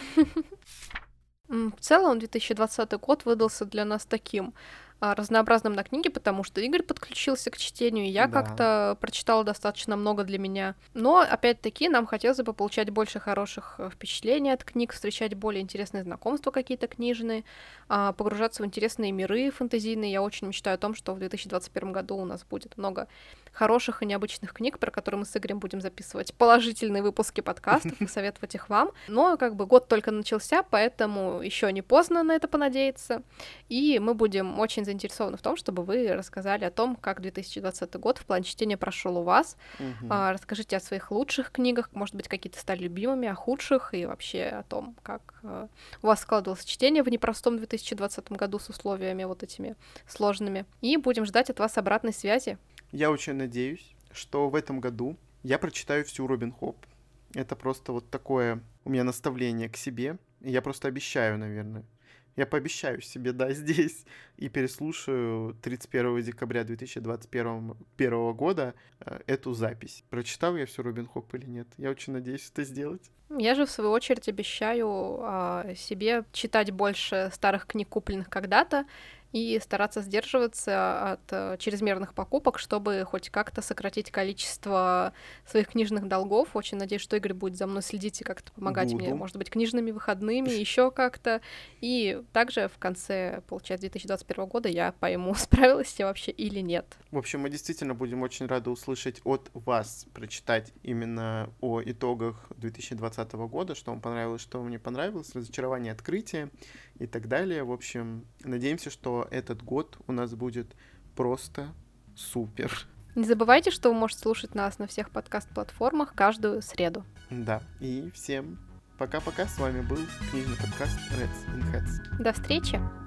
В целом, 2020 год выдался для нас таким разнообразным на книге, потому что Игорь подключился к чтению, и я как-то прочитала достаточно много для меня. Но, опять-таки, нам хотелось бы получать больше хороших впечатлений от книг, встречать более интересные знакомства какие-то книжные, погружаться в интересные миры фэнтезийные. Я очень мечтаю о том, что в 2021 году у нас будет много хороших и необычных книг, про которые мы с Игорем будем записывать положительные выпуски подкастов и советовать их вам. Но как бы год только начался, поэтому еще не поздно на это понадеяться. И мы будем очень заинтересованы в том, чтобы вы рассказали о том, как 2020 год в плане чтения прошел у вас. Расскажите о своих лучших книгах, может быть, какие-то стали любимыми, о худших, и вообще о том, как у вас складывалось чтение в непростом 2020 году с условиями вот этими сложными. И будем ждать от вас обратной связи. Я очень надеюсь, что в этом году я прочитаю всю Робин Хоп. Это просто вот такое у меня наставление к себе. Я просто обещаю, наверное. Я пообещаю себе, да, здесь. И переслушаю 31 декабря 2021 года эту запись. Прочитал я всю Робин Хоп или нет? Я очень надеюсь это сделать. Я же, в свою очередь, обещаю себе читать больше старых книг, купленных когда-то, и стараться сдерживаться от чрезмерных покупок, чтобы хоть как-то сократить количество своих книжных долгов. Очень надеюсь, что Игорь будет за мной следить и как-то помогать мне, может быть, книжными выходными, еще как-то. И также в конце, получается, 2021 года я пойму, справилась я вообще или нет. В общем, мы действительно будем очень рады услышать от вас, прочитать именно о итогах 2020 года, что вам понравилось, что вам не понравилось, разочарование, открытие и так далее. В общем, надеемся, что этот год у нас будет просто супер. Не забывайте, что вы можете слушать нас на всех подкаст-платформах каждую среду. Да, и всем пока-пока. С вами был книжный подкаст Reds in Heads. До встречи!